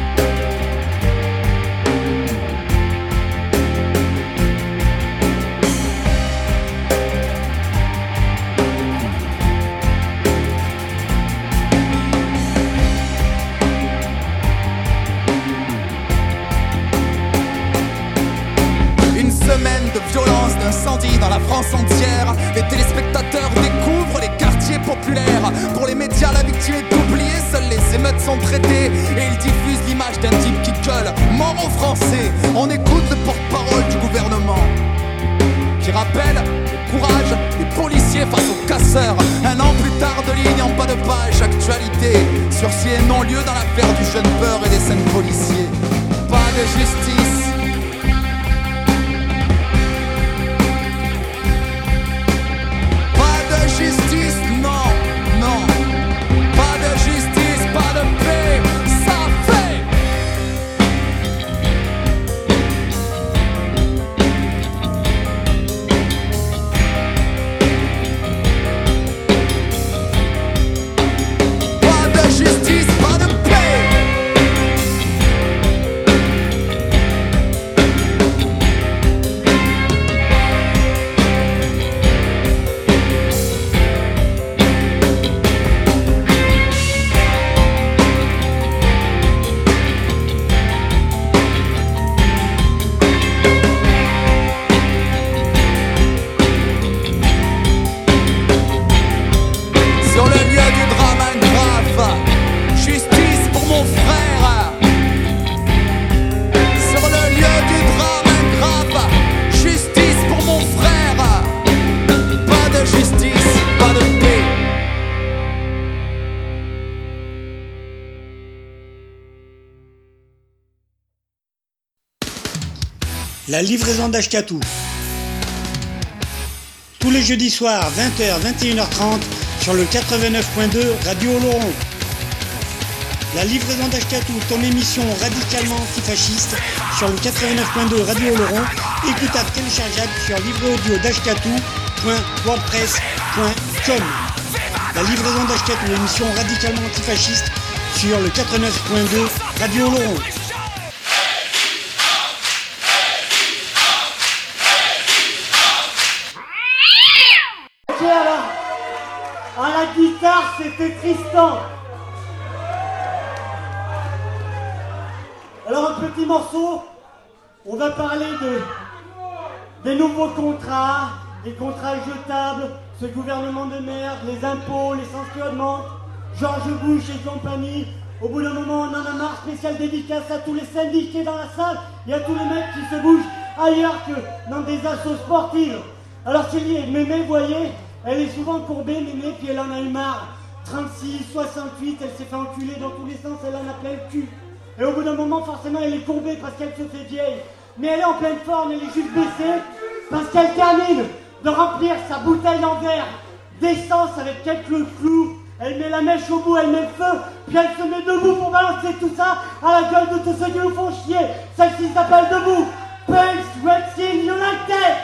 [SPEAKER 15] Semaine de violence, d'incendie dans la France entière. Les téléspectateurs découvrent les quartiers populaires. Pour les médias, la victime est oubliée. Seules les émeutes sont traitées. Et ils diffusent l'image d'un type qui gueule mort aux Français. On écoute le porte-parole du gouvernement qui rappelle le courage des policiers face aux casseurs. Un an plus tard, de ligne en bas de page, actualité. Sursis et non-lieu dans l'affaire du jeune peur et des 5 policiers. Pas de justice. Justice, non, non. Pas de justice, pas de paix. Ça fait. Pas de justice, pas de paix.
[SPEAKER 2] La livraison d'Ashkatou. Tous les jeudis soirs, 20h, 21h30, sur le 89.2 Radio Laurent. La livraison d'Ashkatou, ton émission radicalement antifasciste sur le 89.2 Radio Oloron, écoutable, téléchargeable sur livreaudio.wordpress.com. La livraison d'Ashkatou, l'émission radicalement antifasciste sur le 89.2 Radio Oloron.
[SPEAKER 16] Ok, alors, à la guitare, c'était Tristan. Alors, un petit morceau, on va parler des nouveaux contrats, des contrats jetables, ce gouvernement de merde, les impôts, l'essence qui augmente, George Bush et compagnie. Au bout d'un moment, on en a marre, spécial dédicace à tous les syndiqués dans la salle et à tous les mecs qui se bougent ailleurs que dans des assos sportives. Alors Céline, Mémé, vous voyez, elle est souvent courbée, Mémé, puis elle en a eu marre. 36, 68, elle s'est fait enculer dans tous les sens, elle en a plein le cul. Et au bout d'un moment, forcément, elle est courbée parce qu'elle se fait vieille. Mais elle est en pleine forme, elle est juste baissée parce qu'elle termine de remplir sa bouteille en verre d'essence avec quelques clous. Elle met la mèche au bout, elle met le feu, puis elle se met debout pour balancer tout ça à la gueule de tous ceux qui nous font chier. Celle-ci s'appelle Debout. Punks, Red Team United.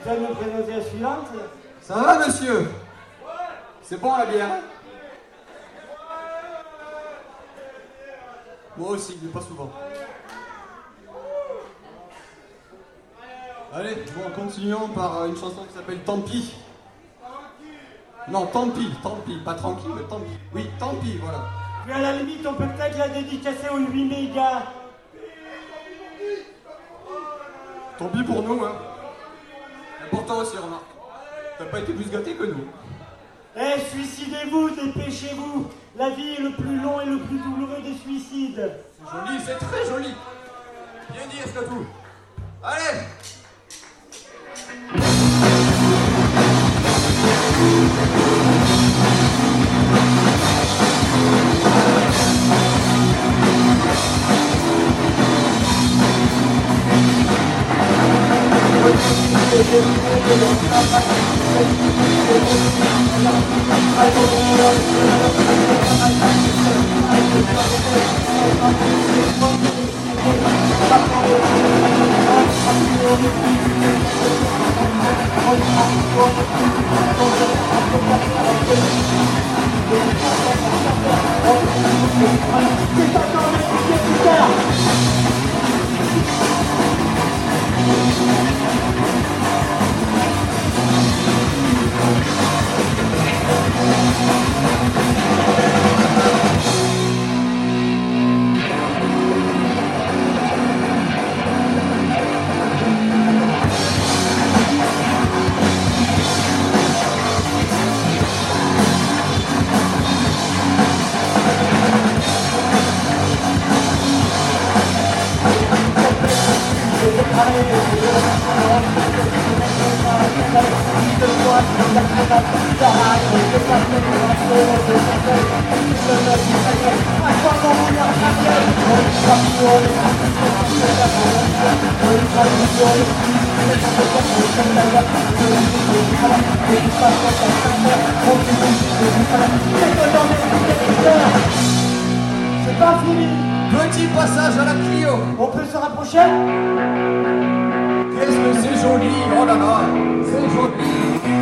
[SPEAKER 16] Tu vas nous présenter la suivante?
[SPEAKER 17] Ça va, monsieur? C'est bon la bière? Moi aussi, mais pas souvent. Allez, bon, continuons par une chanson qui s'appelle Tant pis. Non, tant pis, pas tranquille, mais tant pis. Oui, tant pis, voilà.
[SPEAKER 16] Puis à la limite, on peut peut-être la dédicacer aux 8 mégas.
[SPEAKER 17] Tant pis pour nous, hein. Et pour toi aussi, remarque. T'as pas été plus gâté que nous.
[SPEAKER 16] Eh, suicidez-vous, dépêchez-vous. La vie est le plus long et le plus douloureux des suicides.
[SPEAKER 17] C'est joli, c'est très joli. Bien dit, Escatou. Allez!
[SPEAKER 16] C'est pas fini.
[SPEAKER 17] Petit passage à la Clio.
[SPEAKER 16] On peut se rapprocher?
[SPEAKER 17] Qu'est-ce que c'est joli, oh là là, c'est joli.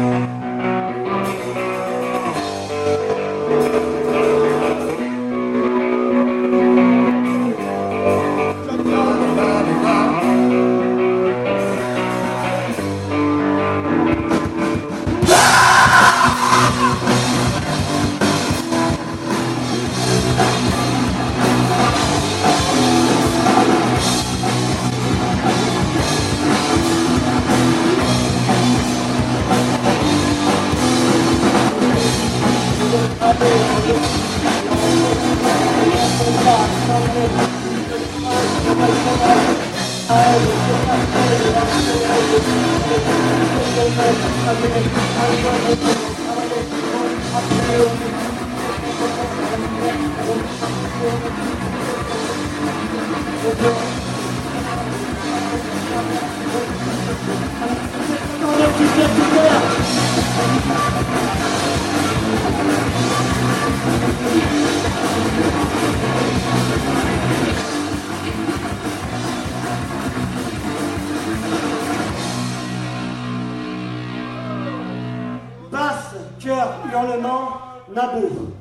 [SPEAKER 16] Basse, cœur, hurlement, Nabo.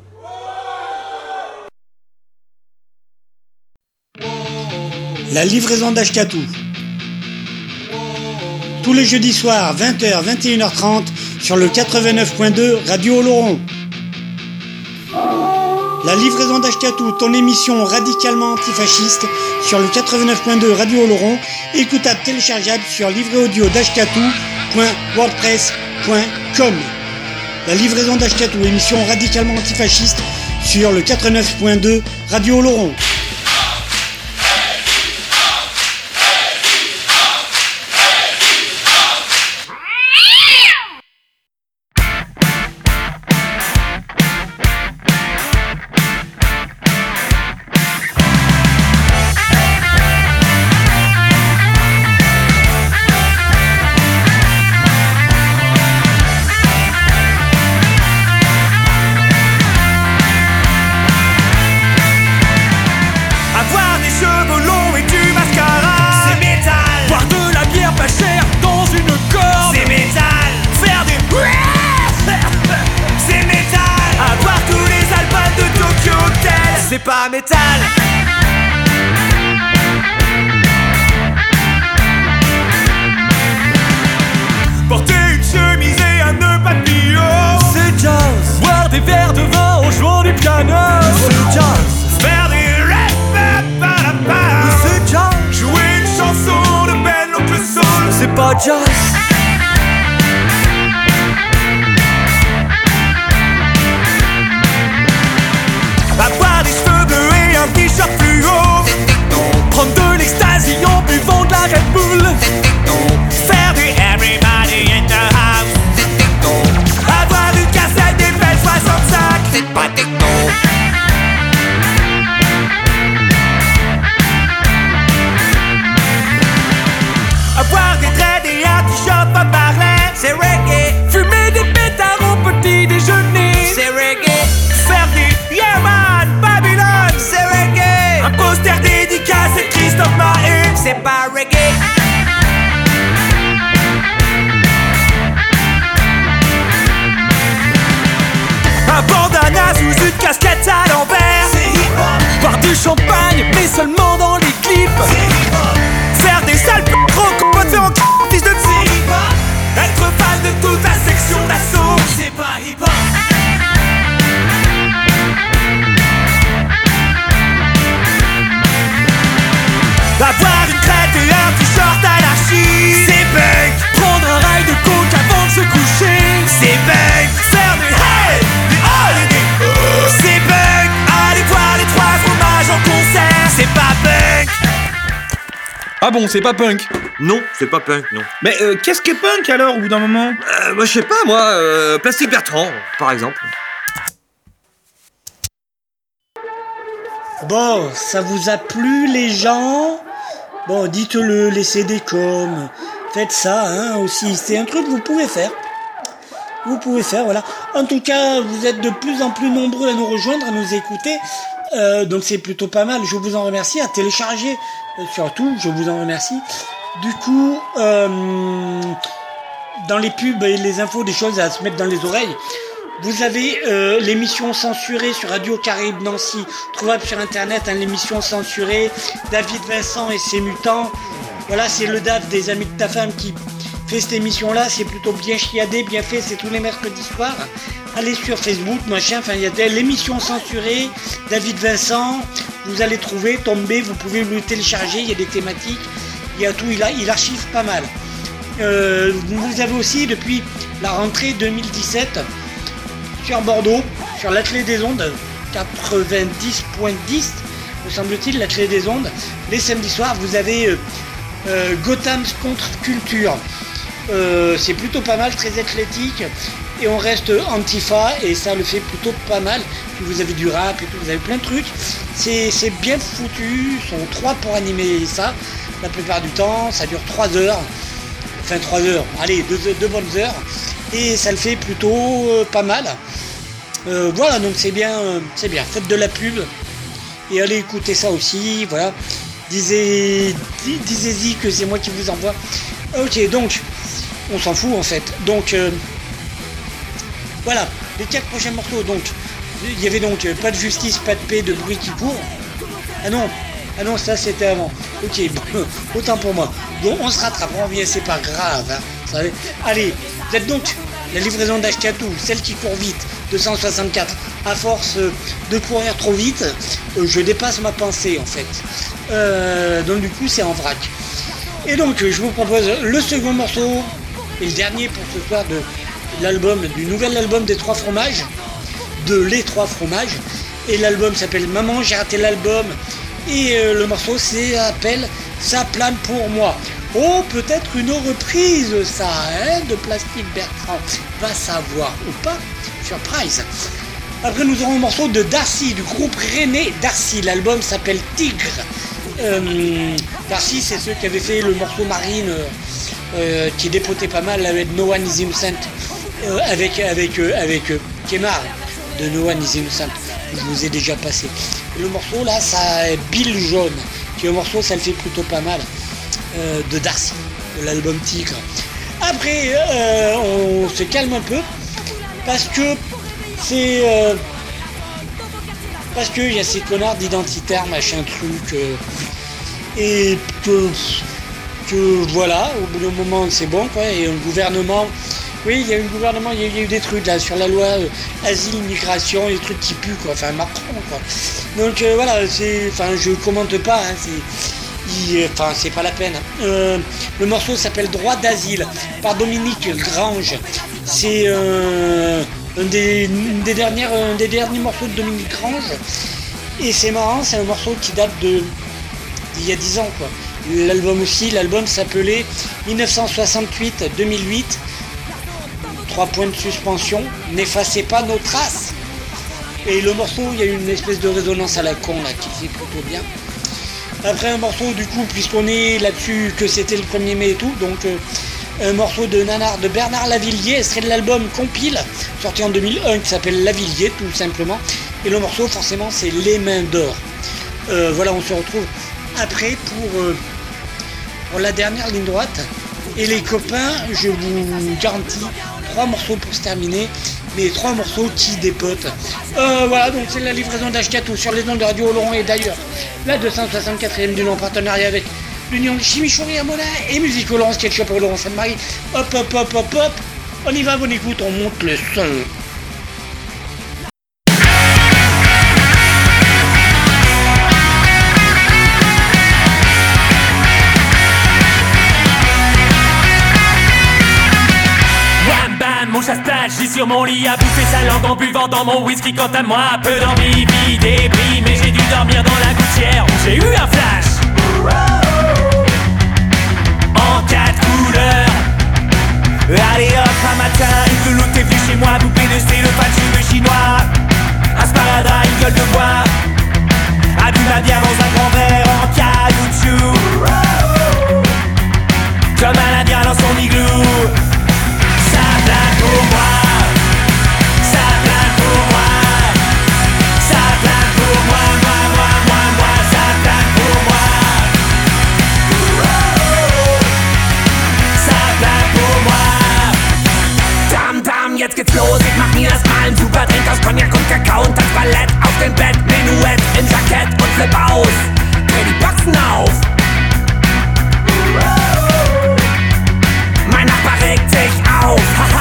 [SPEAKER 2] La livraison d'Ashkatou. Tous les jeudis soirs, 20h, 21h30, sur le 89.2 Radio Oloron. La livraison d'Ashkatou, ton émission radicalement antifasciste, sur le 89.2 Radio Oloron, écoutable, téléchargeable sur livréaudio.wordpress.com. La livraison d'Ashkatou, émission radicalement antifasciste, sur le 89.2 Radio Oloron.
[SPEAKER 6] pas métal.
[SPEAKER 11] Porter une chemise et un nœud papillon,
[SPEAKER 6] c'est jazz.
[SPEAKER 11] Boire des verres de vin en jouant du piano,
[SPEAKER 6] c'est jazz.
[SPEAKER 11] Faire des rap,
[SPEAKER 6] c'est jazz.
[SPEAKER 11] Jouer une chanson de Ben l'oncle Soul,
[SPEAKER 6] c'est pas jazz.
[SPEAKER 11] Avoir des cheveux bleus et un t-shirt fluo,
[SPEAKER 6] prendre de l'extasie en buvant de la Red Bull,
[SPEAKER 11] faire du Everybody in the House, avoir une cassette des belles 65,
[SPEAKER 12] c'est pas techno.
[SPEAKER 11] avoir des dreads et un t-shirt Bob Marley,
[SPEAKER 6] c'est reggae.
[SPEAKER 11] fumer des pétards au petit déjeuner,
[SPEAKER 6] c'est reggae.
[SPEAKER 11] faire du Yeah Man Babylone,
[SPEAKER 6] c'est reggae.
[SPEAKER 11] un poster dédicacé de Christophe Mahé,
[SPEAKER 6] c'est pas reggae.
[SPEAKER 11] un bandana sous une casquette à l'envers,
[SPEAKER 6] c'est hip-hop.
[SPEAKER 11] boire du champagne mais seulement dans les clips,
[SPEAKER 6] c'est hip-hop.
[SPEAKER 11] faire des sales crocopotés en fils de
[SPEAKER 6] c'est hip-hop.
[SPEAKER 11] être fan de toute la section d'assaut,
[SPEAKER 6] c'est pas hip-hop.
[SPEAKER 11] avoir une crête et un t-shirt anarchie,
[SPEAKER 6] c'est punk.
[SPEAKER 11] prendre un rail de coke avant de se coucher,
[SPEAKER 6] c'est punk.
[SPEAKER 11] faire des hey, des oh et des
[SPEAKER 6] c'est punk.
[SPEAKER 11] aller voir les trois fromages en concert,
[SPEAKER 6] c'est pas punk.
[SPEAKER 18] Ah bon, c'est pas punk?
[SPEAKER 12] Non, c'est pas punk, non.
[SPEAKER 18] Mais qu'est-ce qu'est punk alors au bout d'un moment?
[SPEAKER 12] Moi, je sais pas, Plastique Bertrand, par exemple.
[SPEAKER 2] Bon, ça vous a plu les gens? Bon, dites-le, laissez des coms, faites ça hein, aussi, c'est un truc que vous pouvez faire. Vous pouvez faire, voilà. En tout cas, vous êtes de plus en plus nombreux à nous rejoindre, à nous écouter, donc c'est plutôt pas mal, je vous en remercie, à télécharger, surtout, je vous en remercie. Du coup, dans les pubs et les infos, des choses à se mettre dans les oreilles, vous avez l'émission censurée sur Radio Caraïbe Nancy, trouvable sur internet, hein, l'émission censurée, David Vincent et ses mutants. Voilà, c'est le DAF des Amis de ta femme qui fait cette émission-là, c'est plutôt bien chiadé, bien fait, c'est tous les mercredis soirs. Allez sur Facebook, machin, enfin il y a l'émission censurée, David Vincent, vous allez trouver, tomber, vous pouvez le télécharger, il y a des thématiques, il y a tout, il archive pas mal. Vous avez aussi depuis la rentrée 2017 sur Bordeaux, sur la clé des ondes, 90.10 me semble-t-il, la clé des ondes, les samedis soirs vous avez Gotham's contre-culture, c'est plutôt pas mal, très athlétique, et on reste antifa et ça le fait plutôt pas mal. Puis vous avez du rap et tout, vous avez plein de trucs, c'est bien foutu, ils sont 3 pour animer ça, la plupart du temps, ça dure 3 heures, enfin 3 heures, allez, 2 bonnes heures, et ça le fait plutôt pas mal. Voilà, donc c'est bien, faites de la pub et allez écouter ça aussi, voilà. Disez-y que c'est moi qui vous envoie. Ok, donc on s'en fout en fait. Donc voilà, les 4 prochains morceaux. Donc il y avait donc pas de justice, pas de paix, de bruit qui court. Ah non, ça c'était avant. Ok, bon, autant pour moi. Bon, on se rattrape, on revient, c'est pas grave. Hein, allez, vous êtes donc la livraison d'Ashkatou, celle qui court vite, 264. À force de courir trop vite, je dépasse ma pensée en fait. Donc du coup, c'est en vrac. Et donc, je vous propose le second morceau et le dernier pour ce soir de l'album, du nouvel album des 3 fromages, de Les 3 fromages. Et l'album s'appelle Maman, j'ai raté l'album. Et le morceau s'appelle Ça plane pour moi. Oh, peut-être une reprise, ça, hein, de Plastique Bertrand. Va savoir ou pas. Surprise. Après, nous aurons un morceau de Darcy, du groupe René Darcy. L'album s'appelle Tigre. Darcy, c'est ceux qui avaient fait le morceau Marine, qui dépotait pas mal avec No One Is Innocent, avec Kemar de No One Is Innocent. Je vous ai déjà passé. Et le morceau là, ça est Bill Jaune, qui est un morceau, ça le fait plutôt pas mal, de Darcy, de l'album Tigre. Après, on se calme un peu, parce que c'est parce qu'il y a ces connards d'identitaires, machin truc, et que voilà, au bout d'un moment c'est bon quoi, et un gouvernement, oui il y a eu un gouvernement, il y a eu des trucs là sur la loi asile, immigration, des trucs qui puent quoi, enfin Macron quoi. Donc voilà, je commente pas, hein, c'est pas la peine. Le morceau s'appelle Droit d'asile par Dominique Grange. C'est un des derniers morceaux de Dominique Grange. Et c'est marrant, c'est un morceau qui date d'il y a 10 ans quoi. L'album s'appelait 1968-2008. 3 points de suspension, n'effacez pas nos traces. Et le morceau, il y a eu une espèce de résonance à la con là qui fait plutôt bien. Après un morceau du coup, puisqu'on est là-dessus que c'était le 1er mai et tout, donc un morceau de Nanar de Bernard Lavillier, extrait de l'album Compile, sorti en 2001, qui s'appelle Lavillier tout simplement. Et le morceau forcément c'est Les Mains d'Or. Voilà, on se retrouve après pour la dernière ligne droite. Et les copains, je vous garantis 3 morceaux pour se terminer, mais 3 morceaux qui dépotent. Voilà, donc c'est la livraison d'Ashkatou sur les ondes de Radio Oloron et d'ailleurs la 264e du nom en partenariat avec l'Union de Chimichurri à Monin et Musique Oloron, Sketchup Oloron Sainte-Marie. Hop, on y va, bonne écoute, on monte le son.
[SPEAKER 11] Mon chasse-plage, j'suis sur mon lit à bouffer sa langue en buvant dans mon whisky. Quant à moi, peu d'envie, vie débris, mais j'ai dû dormir dans la gouttière où j'ai eu un flash en 4 couleurs. Allez hop, un matin, une veloute est venue chez moi, boupée de style, pas de cheveux chinois, un sparadrap, une gueule de bois, a bu ma bière dans un grand verre en caoutchouc, comme un indien dans son igloo. Pour moi, ça plaint pour moi, ça plaint pour moi, moi, ça plaint pour moi, ça plaint pour moi. Tam, jetzt geht's los, ich mach mir erstmal einen super Drink aus Cognac und Kakao und tanz Ballett auf dem Bett, Menuett im Jackett und flip aus, dreh die Boxen auf. Mein Nachbar regt sich auf, haha.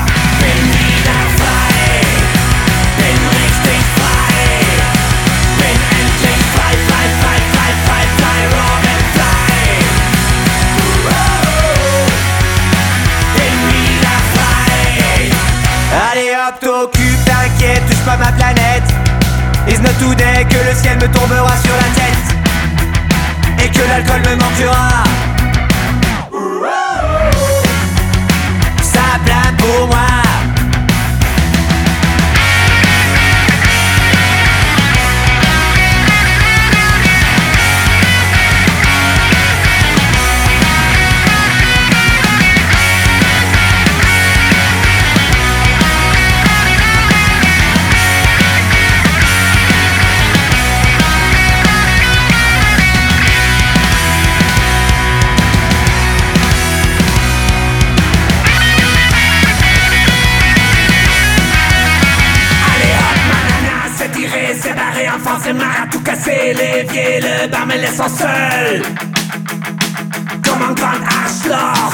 [SPEAKER 11] Allez hop, t'occupe, t'inquiète, touche pas ma planète. Is not today, que le ciel me tombera sur la tête et que l'alcool me manquera. Ça plaint pour moi. C'est marre à tout casser, l'évier, le bar me laissant seul comme un grand arschloch.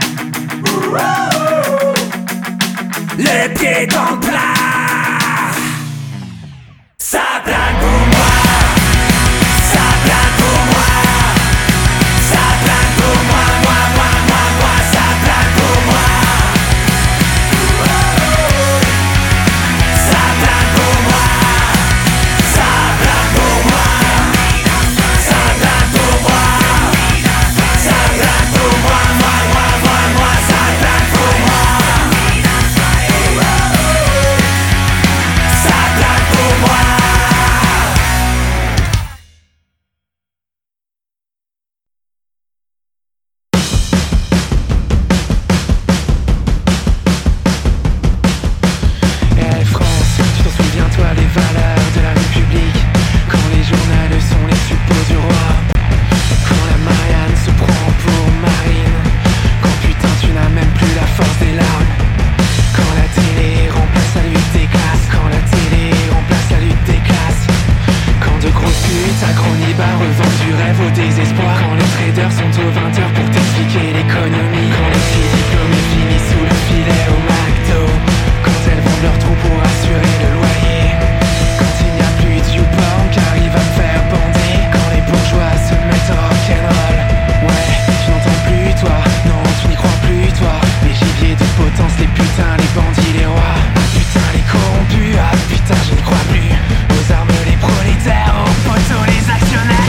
[SPEAKER 11] Les pieds dans le plat. Ça plaint pour moi, ça plaint pour moi, ça plaint pour moi, moi, ça plaint pour moi. Ça plaint pour moi.
[SPEAKER 19] traders sont aux 20h pour t'expliquer l'économie. Quand les filles diplômées finissent sous le filet au McDo, quand elles vendent leur trou pour assurer le loyer, quand il n'y a plus de YouPorn qui arrive à me faire bander, quand les bourgeois se mettent au rock'n'roll. Ouais, tu n'entends plus toi, non tu n'y crois plus toi. Les gibiers de potence, les putains, les bandits, les rois. Ah putain les corrompus, ah putain je ne crois plus. Aux armes les prolétaires, aux poteaux les actionnaires.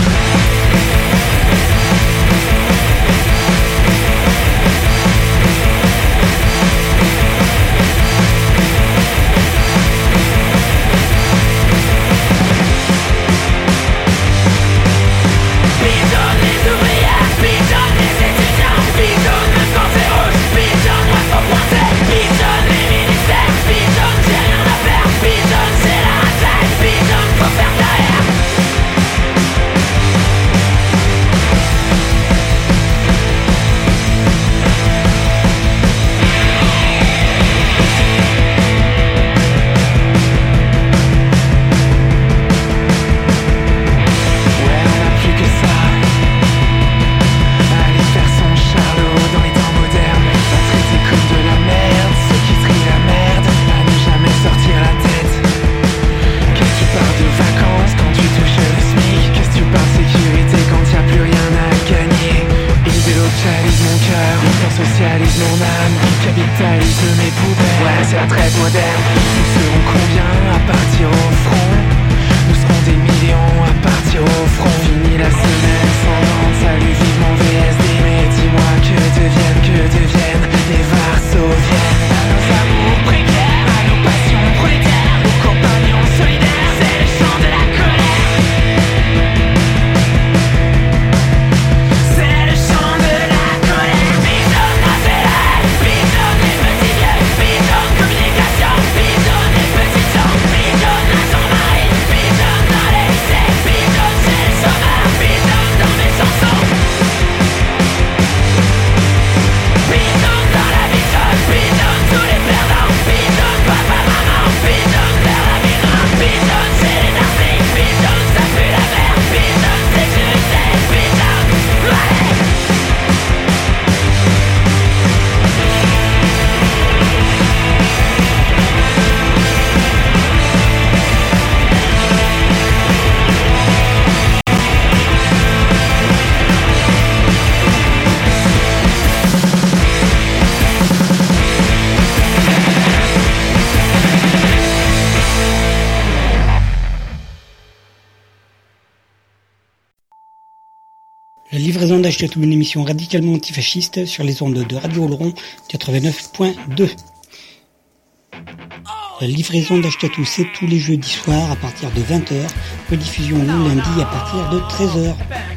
[SPEAKER 2] La livraison d'Ashkatou, une émission radicalement antifasciste sur les ondes de Radio Oloron 89.2. La livraison d'Ashkatou, c'est tous les jeudis soirs à partir de 20h, rediffusion le lundi à partir de 13h.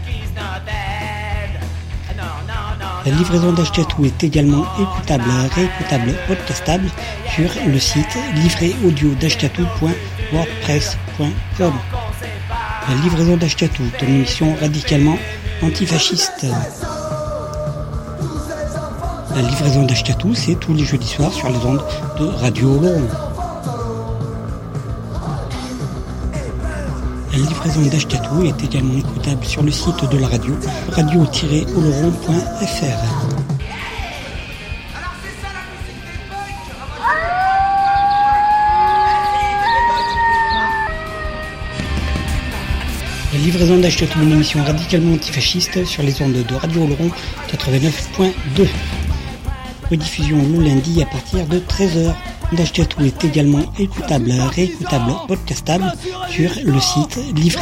[SPEAKER 2] La livraison d'Ashkatou est également écoutable, réécoutable, podcastable sur le site livréaudio.wordpress.com. La livraison d'Ashkatou, une émission radicalement antifasciste. La livraison d'Ashkatou, c'est tous les jeudis soirs sur les ondes de Radio Oloron. La livraison d'Ashkatou est également écoutable sur le site de la radio, radio-oloron.fr. La livraison d'Ashkatou, une émission radicalement antifasciste sur les ondes de Radio Oloron 89.2. Rediffusion le lundi à partir de 13h. D'Ashkatou est également écoutable, réécoutable, podcastable sur le site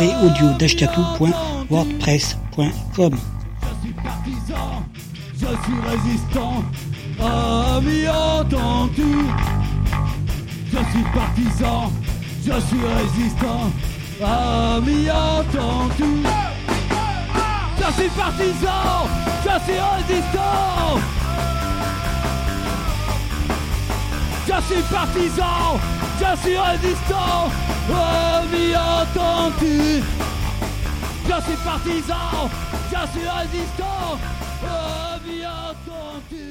[SPEAKER 2] livréaudio.wordpress.com.
[SPEAKER 13] Je suis résistant, ami, entends-tu? Je suis partisan, je suis résistant, ami, entends-tu? Je suis partisan, je suis résistant. Je suis partisan, je suis résistant, ami, entends-tu? Je suis partisan, je suis résistant, ami, entends-tu?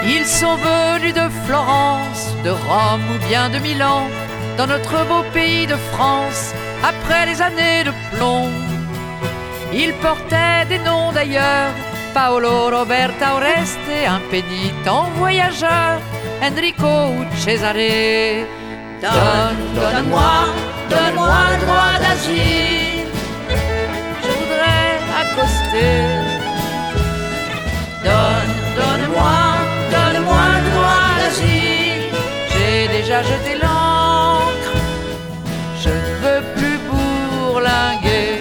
[SPEAKER 20] Ils sont venus de Florence, de Rome ou bien de Milan, dans notre beau pays de France, après les années de plomb. Ils portaient des noms d'ailleurs, Paolo, Roberta, Oreste, un pénitent voyageur, Enrico ou Cesare. Donne-moi le droit d'asile, je voudrais accoster. Donne-moi le droit d'asile, j'ai déjà jeté l'encre, je ne veux plus bourlinguer.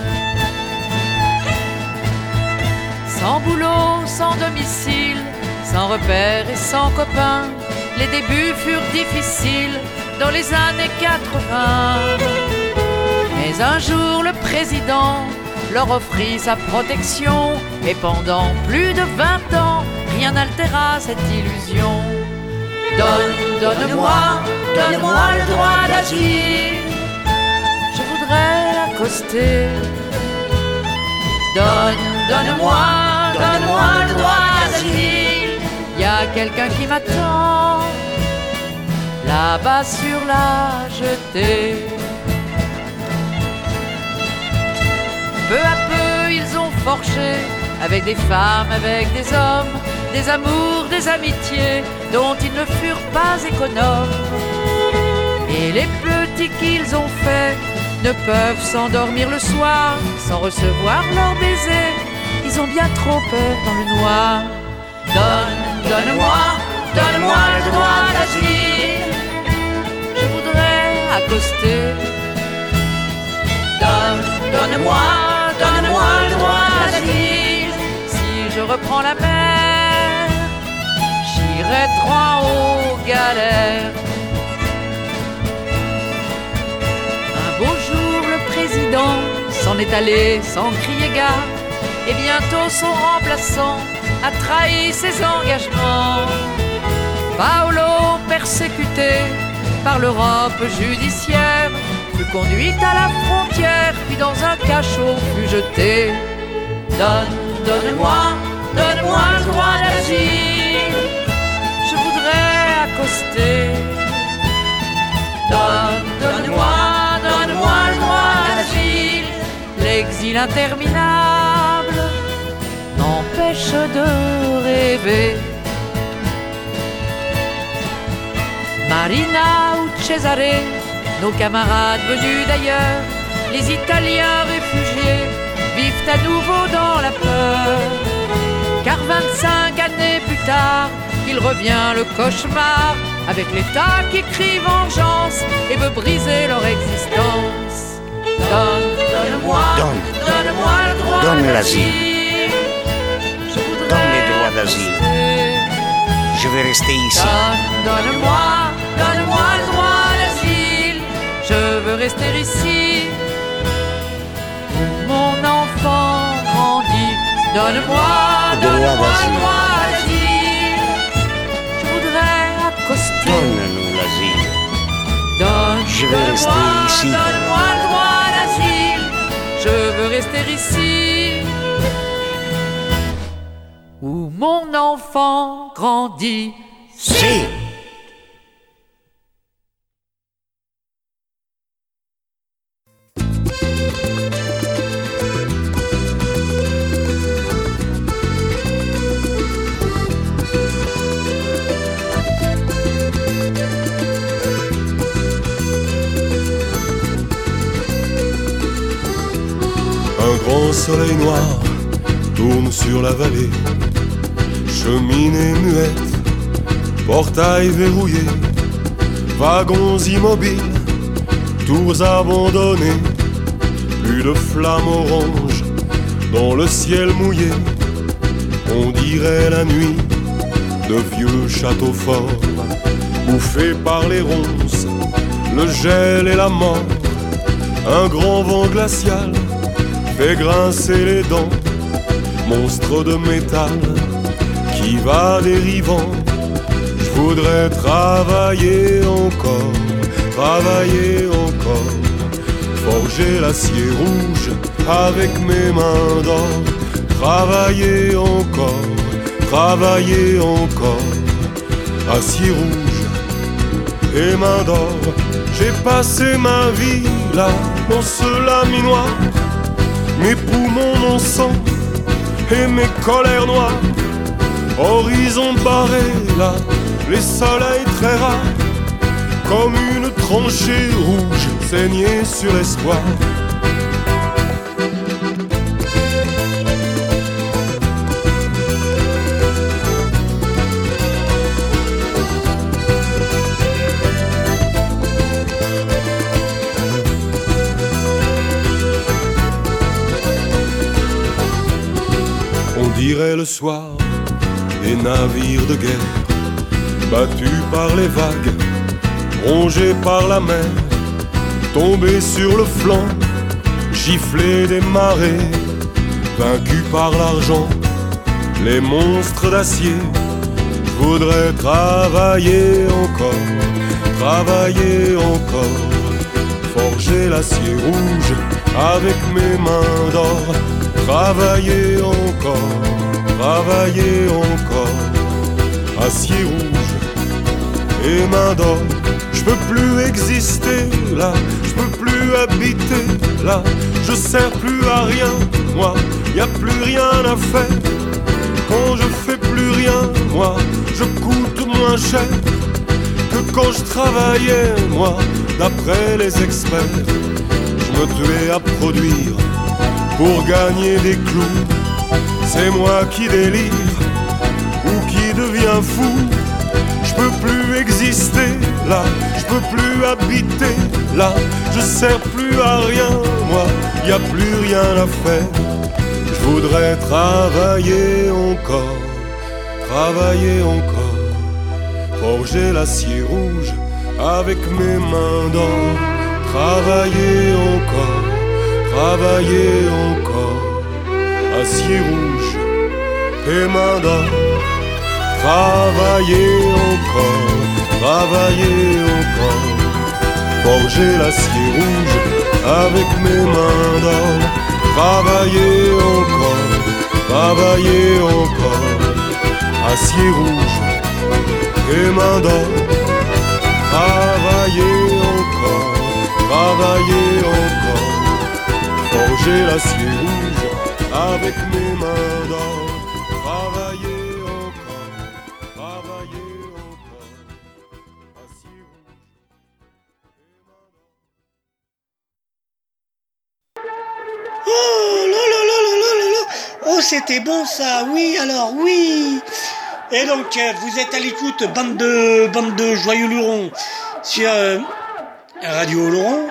[SPEAKER 20] Sans boulot, sans domicile, sans repère et sans copain, les débuts furent difficiles dans les années 80. Mais un jour le président leur offrit sa protection, et pendant plus de 20 ans, rien n'altéra cette illusion. Donne-moi le droit d'agir, je voudrais l'accoster. Donne-moi le droit d'agir, y a quelqu'un qui m'attend, là-bas sur la jetée. Peu à peu ils ont forgé, avec des femmes, avec des hommes, des amours, des amitiés, dont ils ne furent pas économes. Et les petits qu'ils ont faits ne peuvent s'endormir le soir sans recevoir leur baiser. Ils ont bien trop peur dans le noir. Donne-moi le droit d'agir, je voudrais accoster. Donne-moi le droit d'agir, si je reprends la mer, j'irai droit aux galères. Un beau jour le président s'en est allé sans crier gare, et bientôt son remplaçant a trahi ses engagements. Paolo, persécuté par l'Europe judiciaire, fut conduit à la frontière, puis dans un cachot fut jeté. Donne-moi le droit d'agir, je voudrais accoster. Donne-moi le droit d'agir, l'exil interminable m'empêche de rêver. Marina ou Cesare, nos camarades venus d'ailleurs, les Italiens réfugiés, vivent à nouveau dans la peur. Car 25 années plus tard, il revient le cauchemar, avec l'État qui crie vengeance et veut briser leur existence. Donne-moi le droit d'asile,
[SPEAKER 21] Donne les droits d'asile. Je vais rester ici.
[SPEAKER 20] Donne-moi le droit d'asile, je veux rester ici, où mon enfant grandit. Donne-moi le droit d'asile, je voudrais accoster.
[SPEAKER 21] Donne-nous l'asile. Je veux rester ici.
[SPEAKER 20] Donne-moi le droit d'asile, je veux rester ici, où mon enfant grandit.
[SPEAKER 21] Si.
[SPEAKER 22] Un grand soleil noir tourne sur la vallée, cheminée muette, portail verrouillé, wagons immobiles, tours abandonnées, plus de flammes oranges dans le ciel mouillé. On dirait la nuit de vieux châteaux forts, bouffés par les ronces, le gel et la mort. Un grand vent glacial fait grincer les dents, monstre de métal qui va dérivant. Je voudrais travailler encore, forger l'acier rouge avec mes mains d'or, travailler encore, travailler encore. Acier rouge et main d'or, j'ai passé ma vie là, dans ce laminoir. Mes poumons, mon sang et mes colères noires. Horizon barré là, les soleils très rares, comme une tranchée rouge saignée sur l'espoir. On dirait le soir des navires de guerre, battus par les vagues, rongés par la mer, tombés sur le flanc, giflés des marées, vaincus par l'argent, les monstres d'acier. Je voudrais travailler encore, forger l'acier rouge avec mes mains d'or, travailler encore, acier rouge et main d'or. Je peux plus exister là, je peux plus habiter là, je sers plus à rien, moi, y a plus rien à faire. Quand je fais plus rien, moi, je coûte moins cher que quand je travaillais, moi, d'après les experts. Je me tuais à produire pour gagner des clous. C'est moi qui délire ou qui deviens fou. Je peux plus exister là, je peux plus habiter là, je sers plus à rien, moi, y a plus rien à faire. Je voudrais travailler encore, forger l'acier rouge avec mes mains d'or, travailler encore, acier rouge et mains d'or. Travailler encore, forger l'acier rouge avec mes mains d'or. Travailler encore, acier rouge et mains d'or. Travailler encore, forger l'acier rouge avec mes mains d'or.
[SPEAKER 2] Oh, c'était bon ça, oui, alors oui. Et donc, vous êtes à l'écoute, bande de joyeux lurons, sur Radio Oloron,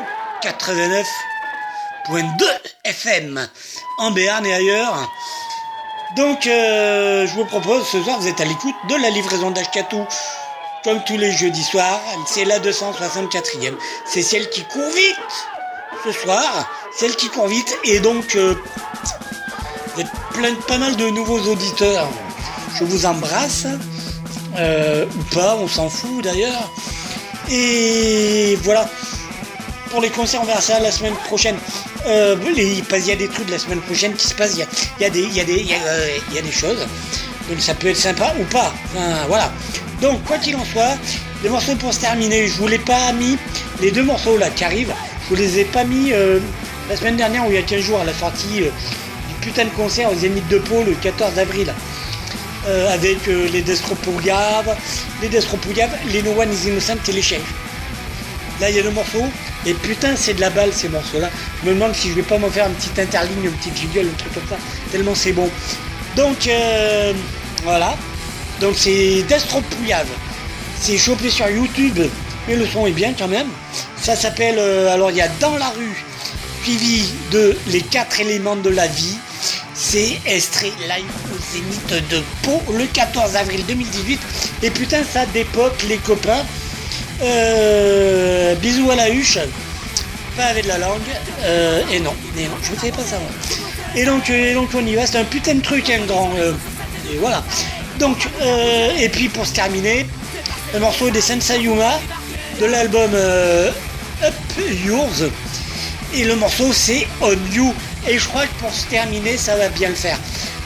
[SPEAKER 2] 89.2 FM, en Béarn et ailleurs. Donc, je vous propose, ce soir, vous êtes à l'écoute de la livraison d'Ashkatou, comme tous les jeudis soirs. C'est la 264e. C'est celle qui court vite, ce soir. Celle qui court vite. Et donc, vous êtes pas mal de nouveaux auditeurs. Je vous embrasse. Ou pas, on s'en fout d'ailleurs. Et voilà. Pour les concerts, on verra ça la semaine prochaine. Il y a des trucs de la semaine prochaine qui se passent. Il y a des choses. Donc ça peut être sympa ou pas. Enfin, voilà. Donc quoi qu'il en soit, les morceaux pour se terminer, je vous l'ai pas mis. Les deux morceaux là qui arrivent, je vous les ai pas mis la semaine dernière ou il y a 15 jours à la sortie du putain de concert au Zénith de Pau le 14 avril. Avec les Destropougaves, les No One Is Innocent et les Chefs. Là il y a le morceau et putain c'est de la balle ces morceaux là. Je me demande si je vais pas m'en faire une petite interligne, une petite jingle, un truc comme ça, tellement c'est bon. Donc voilà. Donc c'est Destropougaves. C'est chopé sur YouTube, mais le son est bien quand même. Ça s'appelle alors il y a Dans la rue, suivi de Les 4 éléments de la vie. C'est extrait live au Zénith de Pau le 14 avril 2018. Et putain, ça dépote les copains. Bisous à la huche. Pas avec de la langue. Et non, je ne savais pas ça. Moi. Et donc on y va. C'est un putain de truc, un grand. Et voilà. Donc, et puis pour se terminer, le morceau des Sensayuma de l'album Up Yours. Et le morceau c'est On You. Et je crois que pour se terminer, ça va bien le faire.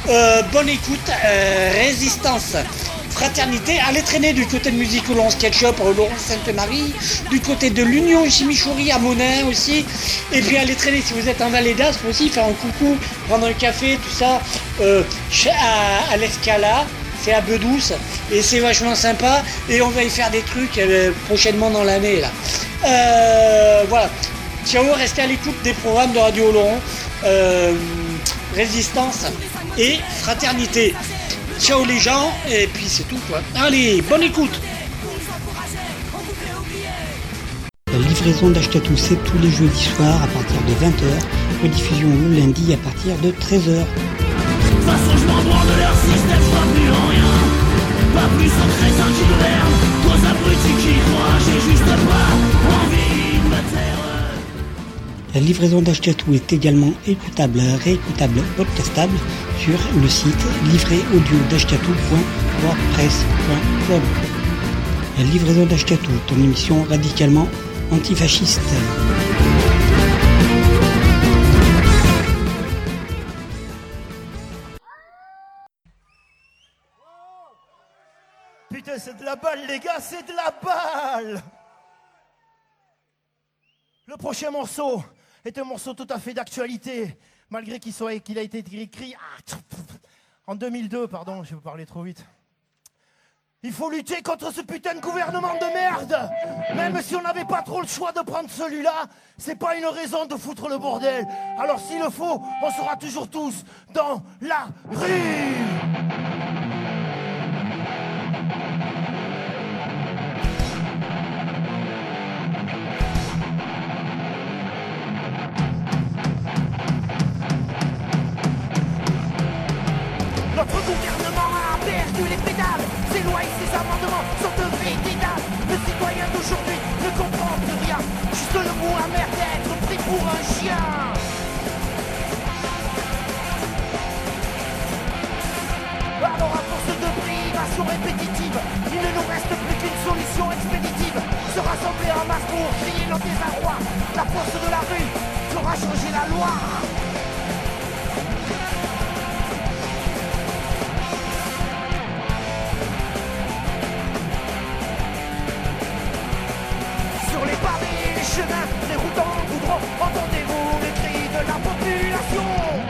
[SPEAKER 2] Bonne écoute, résistance, fraternité. Allez traîner du côté de Musique Laurent Sketchup, Laurent Sainte-Marie, du côté de l'Union Chimichourie à Monin aussi. Et puis allez traîner si vous êtes en Vallée d'Aspe aussi, faire un coucou, prendre un café, tout ça, à l'Escala. C'est à Bedouce et c'est vachement sympa et on va y faire des trucs prochainement dans l'année là. Voilà. Ciao, restez à l'écoute des programmes de Radio Laurent. Résistance et fraternité. Ciao les gens et puis c'est tout quoi. Allez, bonne écoute.
[SPEAKER 3] La livraison d'Ashkatou, c'est tous les jeudis soirs à partir de 20h, rediffusion le lundi à partir de 13h.
[SPEAKER 11] De toute façon je m'en branle de leur système, je crois plus en rien. Pas plus en crétin qui gouverne, qu'aux abrutis qui croient, j'ai juste pas envie de me taire.
[SPEAKER 3] La livraison d'Ashkatou est également écoutable, réécoutable, podcastable sur le site livréaudio.wordpress.com. La livraison d'Ashkatou, ton émission radicalement antifasciste.
[SPEAKER 7] Putain, c'est de la balle, les gars, c'est de la balle! Le prochain morceau est un morceau tout à fait d'actualité, malgré qu'il a été écrit en 2002, pardon, je vais vous parler trop vite. Il faut lutter contre ce putain de gouvernement de merde! Même si on n'avait pas trop le choix de prendre celui-là, c'est pas une raison de foutre le bordel. Alors s'il le faut, on sera toujours tous dans la rue! Notre gouvernement a perdu les pédales. Ses lois et ses amendements sont de vrais dalles. Le citoyen d'aujourd'hui ne comprend plus rien. Juste le goût amer d'être pris pour un chien. Alors à force de privation répétitive, il ne nous reste plus qu'une solution expéditive. Se rassembler en masse pour crier notre désarroi. La force de la rue fera changer la loi. Sur les pavés, les chemins, les routes en goudron, entendez-vous les cris de la population?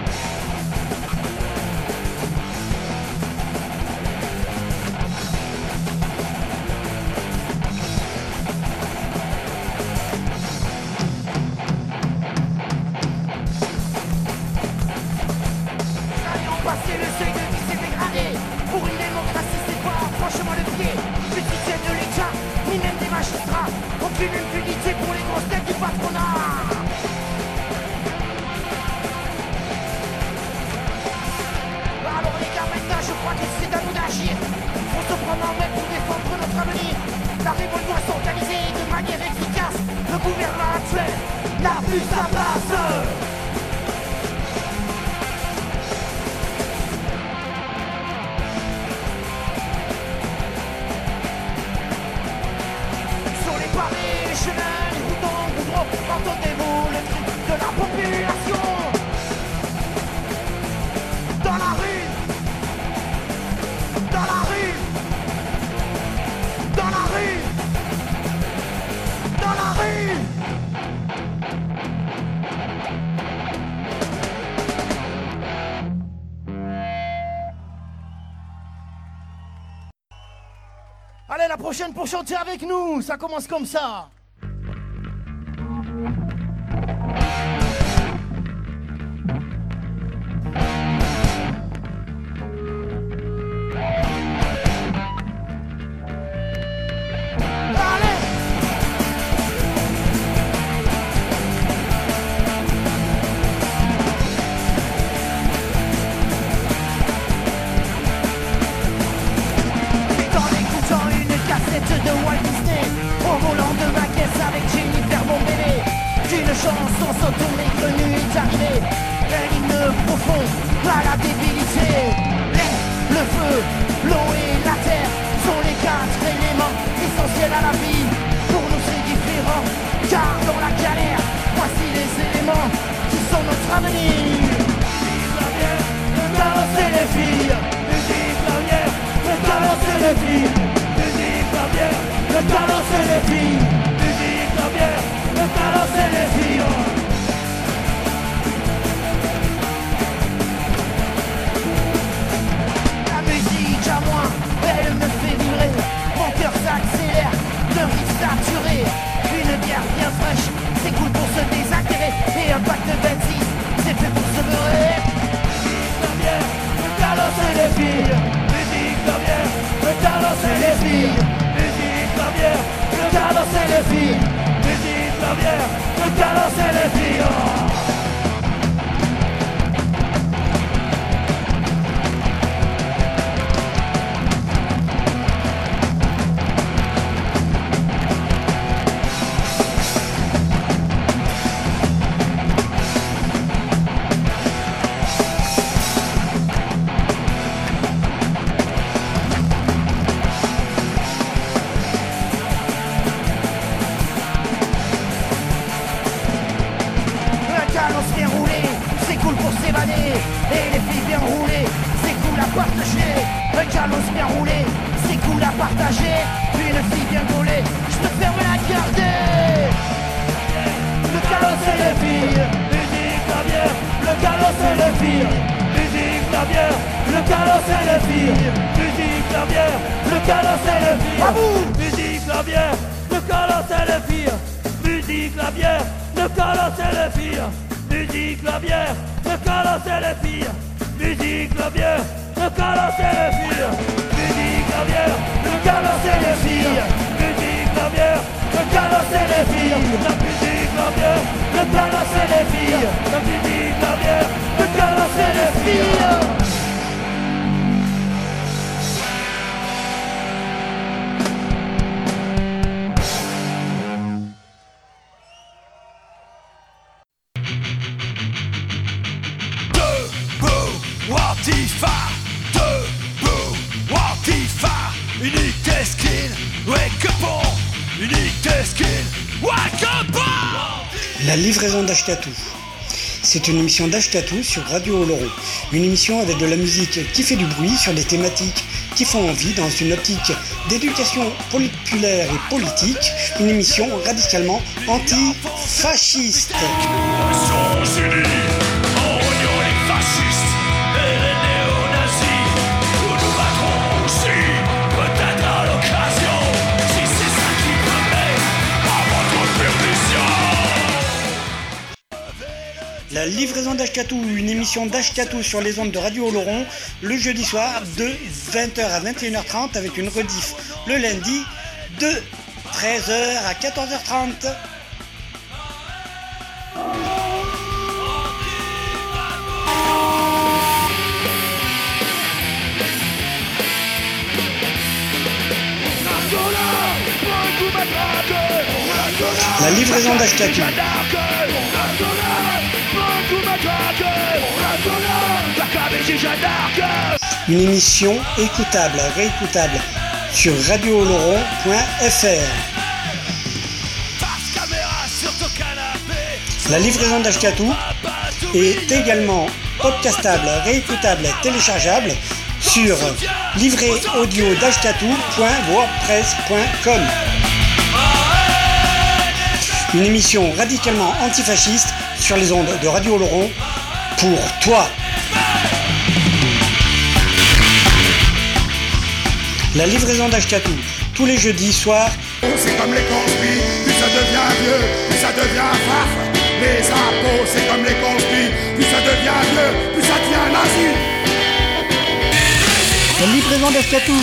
[SPEAKER 7] Ayons passé le seuil de vie, c'est dégradé. Pour une démocratie, c'est pas franchement le pied. Petite de l'État, ni même des magistrats. Aucune impunité pour les grosses têtes du patronat. Alors les gars, maintenant je crois que c'est à nous d'agir. Faut se prendre en main pour défendre notre avenir. La révolte doit s'organiser de manière efficace. Le gouvernement actuel n'a plus sa place. Sur les pavés, les chemins, les routes en goudron, entendez-vous le cri de la population? Dans la rue, dans la rue, dans la rue, dans la rue. Allez, la prochaine pour chanter avec nous, ça commence comme ça. Dans l'écoutant une cassette de Walt Disney, au volant de ma caisse avec Jennifer mon bébé, qu'une chanson s'auto-méconnue est arrivée, un hymne profond à la débilité. L'air, le feu, l'eau et la terre sont les quatre éléments essentiels à la vie. Pour nous c'est différent, car dans la galère, voici les éléments qui sont notre avenir. Danser les
[SPEAKER 13] les filles. Musique, la bière, le talent c'est les filles. Musique, la bière, le talent c'est les filles.
[SPEAKER 7] La musique à moi, elle me fait vibrer. Mon cœur s'accélère, le rythme saturé. Une bière bien fraîche, c'est cool pour se désintégrer. Et un pack de 26, c'est fait pour se beurrer.
[SPEAKER 13] Musique, la bière, le talent c'est les filles. Musique, la bière, le talent c'est les filles. Musique, la bière, le talent c'est les filles. Musique, la bière, le talent c'est les filles.
[SPEAKER 7] Un talent bien roulé, c'est cool pour s'évader. Et les filles bien roulées, c'est cool à partager. Un calos bien roulé, c'est cool à partager. Une fille bien gaulée, je préfère me la garder.
[SPEAKER 13] Le calos c'est les filles. Musique, la bière, le calos c'est les filles. Musique, la bière, le calos c'est les filles. Musique, la bière, le calos c'est les filles. Musique, la bière, le calos c'est les filles. Musique, la bière, le calos c'est les filles. Musique, la bière, le calos c'est les filles. Musique, la bière, le calos c'est les filles. Musique, la bière, le calos c'est les filles. Musique, la bière, le calos c'est les filles. La musique, la bière, le calos c'est les filles. La musique, la bière, le calos c'est les filles.
[SPEAKER 11] Watifa, debout, Watifa, unique skin, wake up, unique skin, wake up.
[SPEAKER 3] La livraison d'Ashkatou. C'est une émission d'Ashkatou sur Radio Oloron. Une émission avec de la musique qui fait du bruit sur des thématiques qui font envie dans une optique d'éducation populaire et politique. Une émission radicalement anti-fasciste. La livraison d'Ashkatou, une émission d'Ashkatou sur les ondes de Radio Oloron, le jeudi soir de 20h à 21h30 avec une rediff le lundi de 13h à 14h30. La livraison d'Ashkatou. Une émission écoutable, réécoutable sur radiooloron.fr. La livraison d'Ashkatou est également podcastable, réécoutable, téléchargeable sur livréaudio-dashkatou.wordpress.com. Une émission radicalement antifasciste sur les ondes de Radio Oloron pour toi. La livraison d'Ashkatou, tous les jeudis soirs.
[SPEAKER 1] C'est comme les conspires, plus ça devient vieux, plus ça devient farf. Les impôts, c'est comme les conspires, plus ça devient vieux, plus ça devient nazi.
[SPEAKER 3] La livraison d'Ashkatou.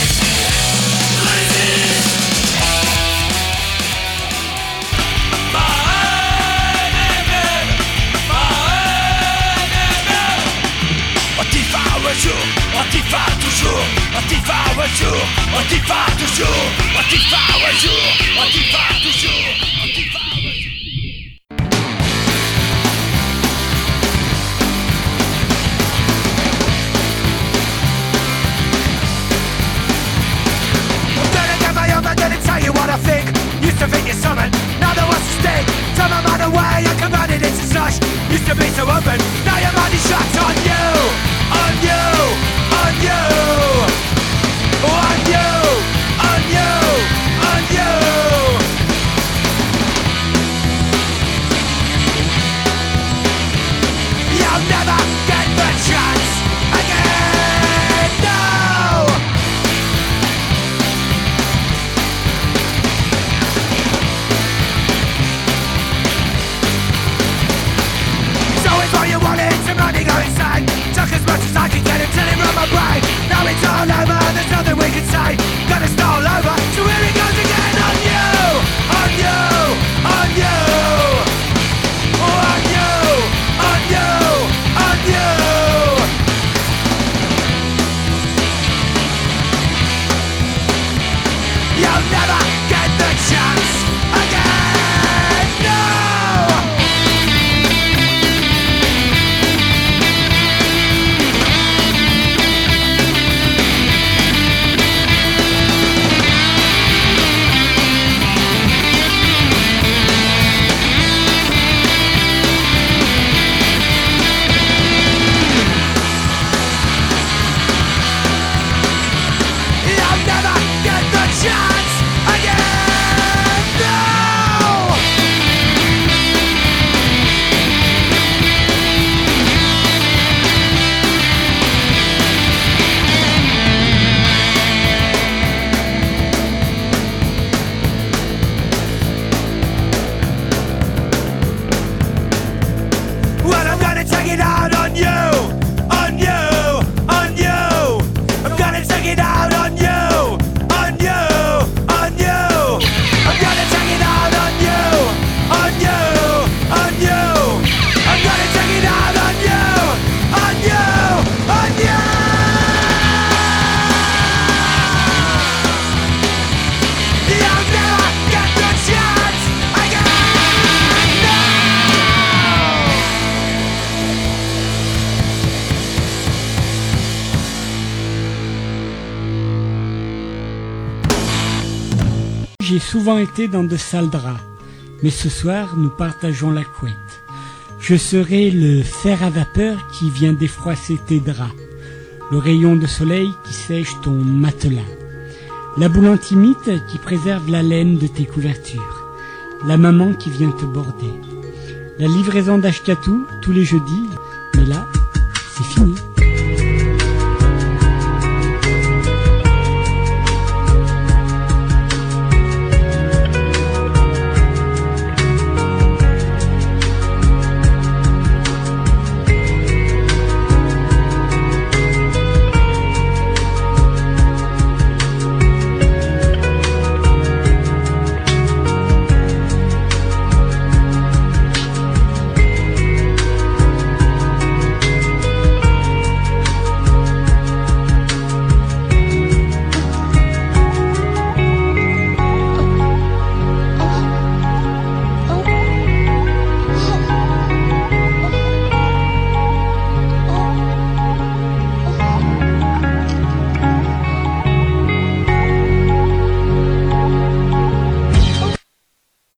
[SPEAKER 11] Antifa toujours, Antifa un jour, Antifa toujours, Antifa un jour, Antifa toujours, Antifa un jour.
[SPEAKER 5] Tell you what I think, used to think you're something, now there was a stake. Tell my mind away, I commanded it to slush. Used to be so open, now your money shuts on you, on you, on you, on you. You'll never get the chance again, no! Well, I'm gonna take it out on you, on you, on you. I'm gonna take it out on you, on you, on you. I'm gonna take it out on you, on you, on you. I'm gonna take it out on you, on you, on you. You'll never get the chance again.
[SPEAKER 3] J'ai souvent été dans de sales draps, mais ce soir nous partageons la couette. Je serai le fer à vapeur qui vient défroisser tes draps, le rayon de soleil qui sèche ton matelas, la boule antimite qui préserve la laine de tes couvertures, la maman qui vient te border, la livraison d'Ashkatou tous les jeudis, mais là, c'est fini.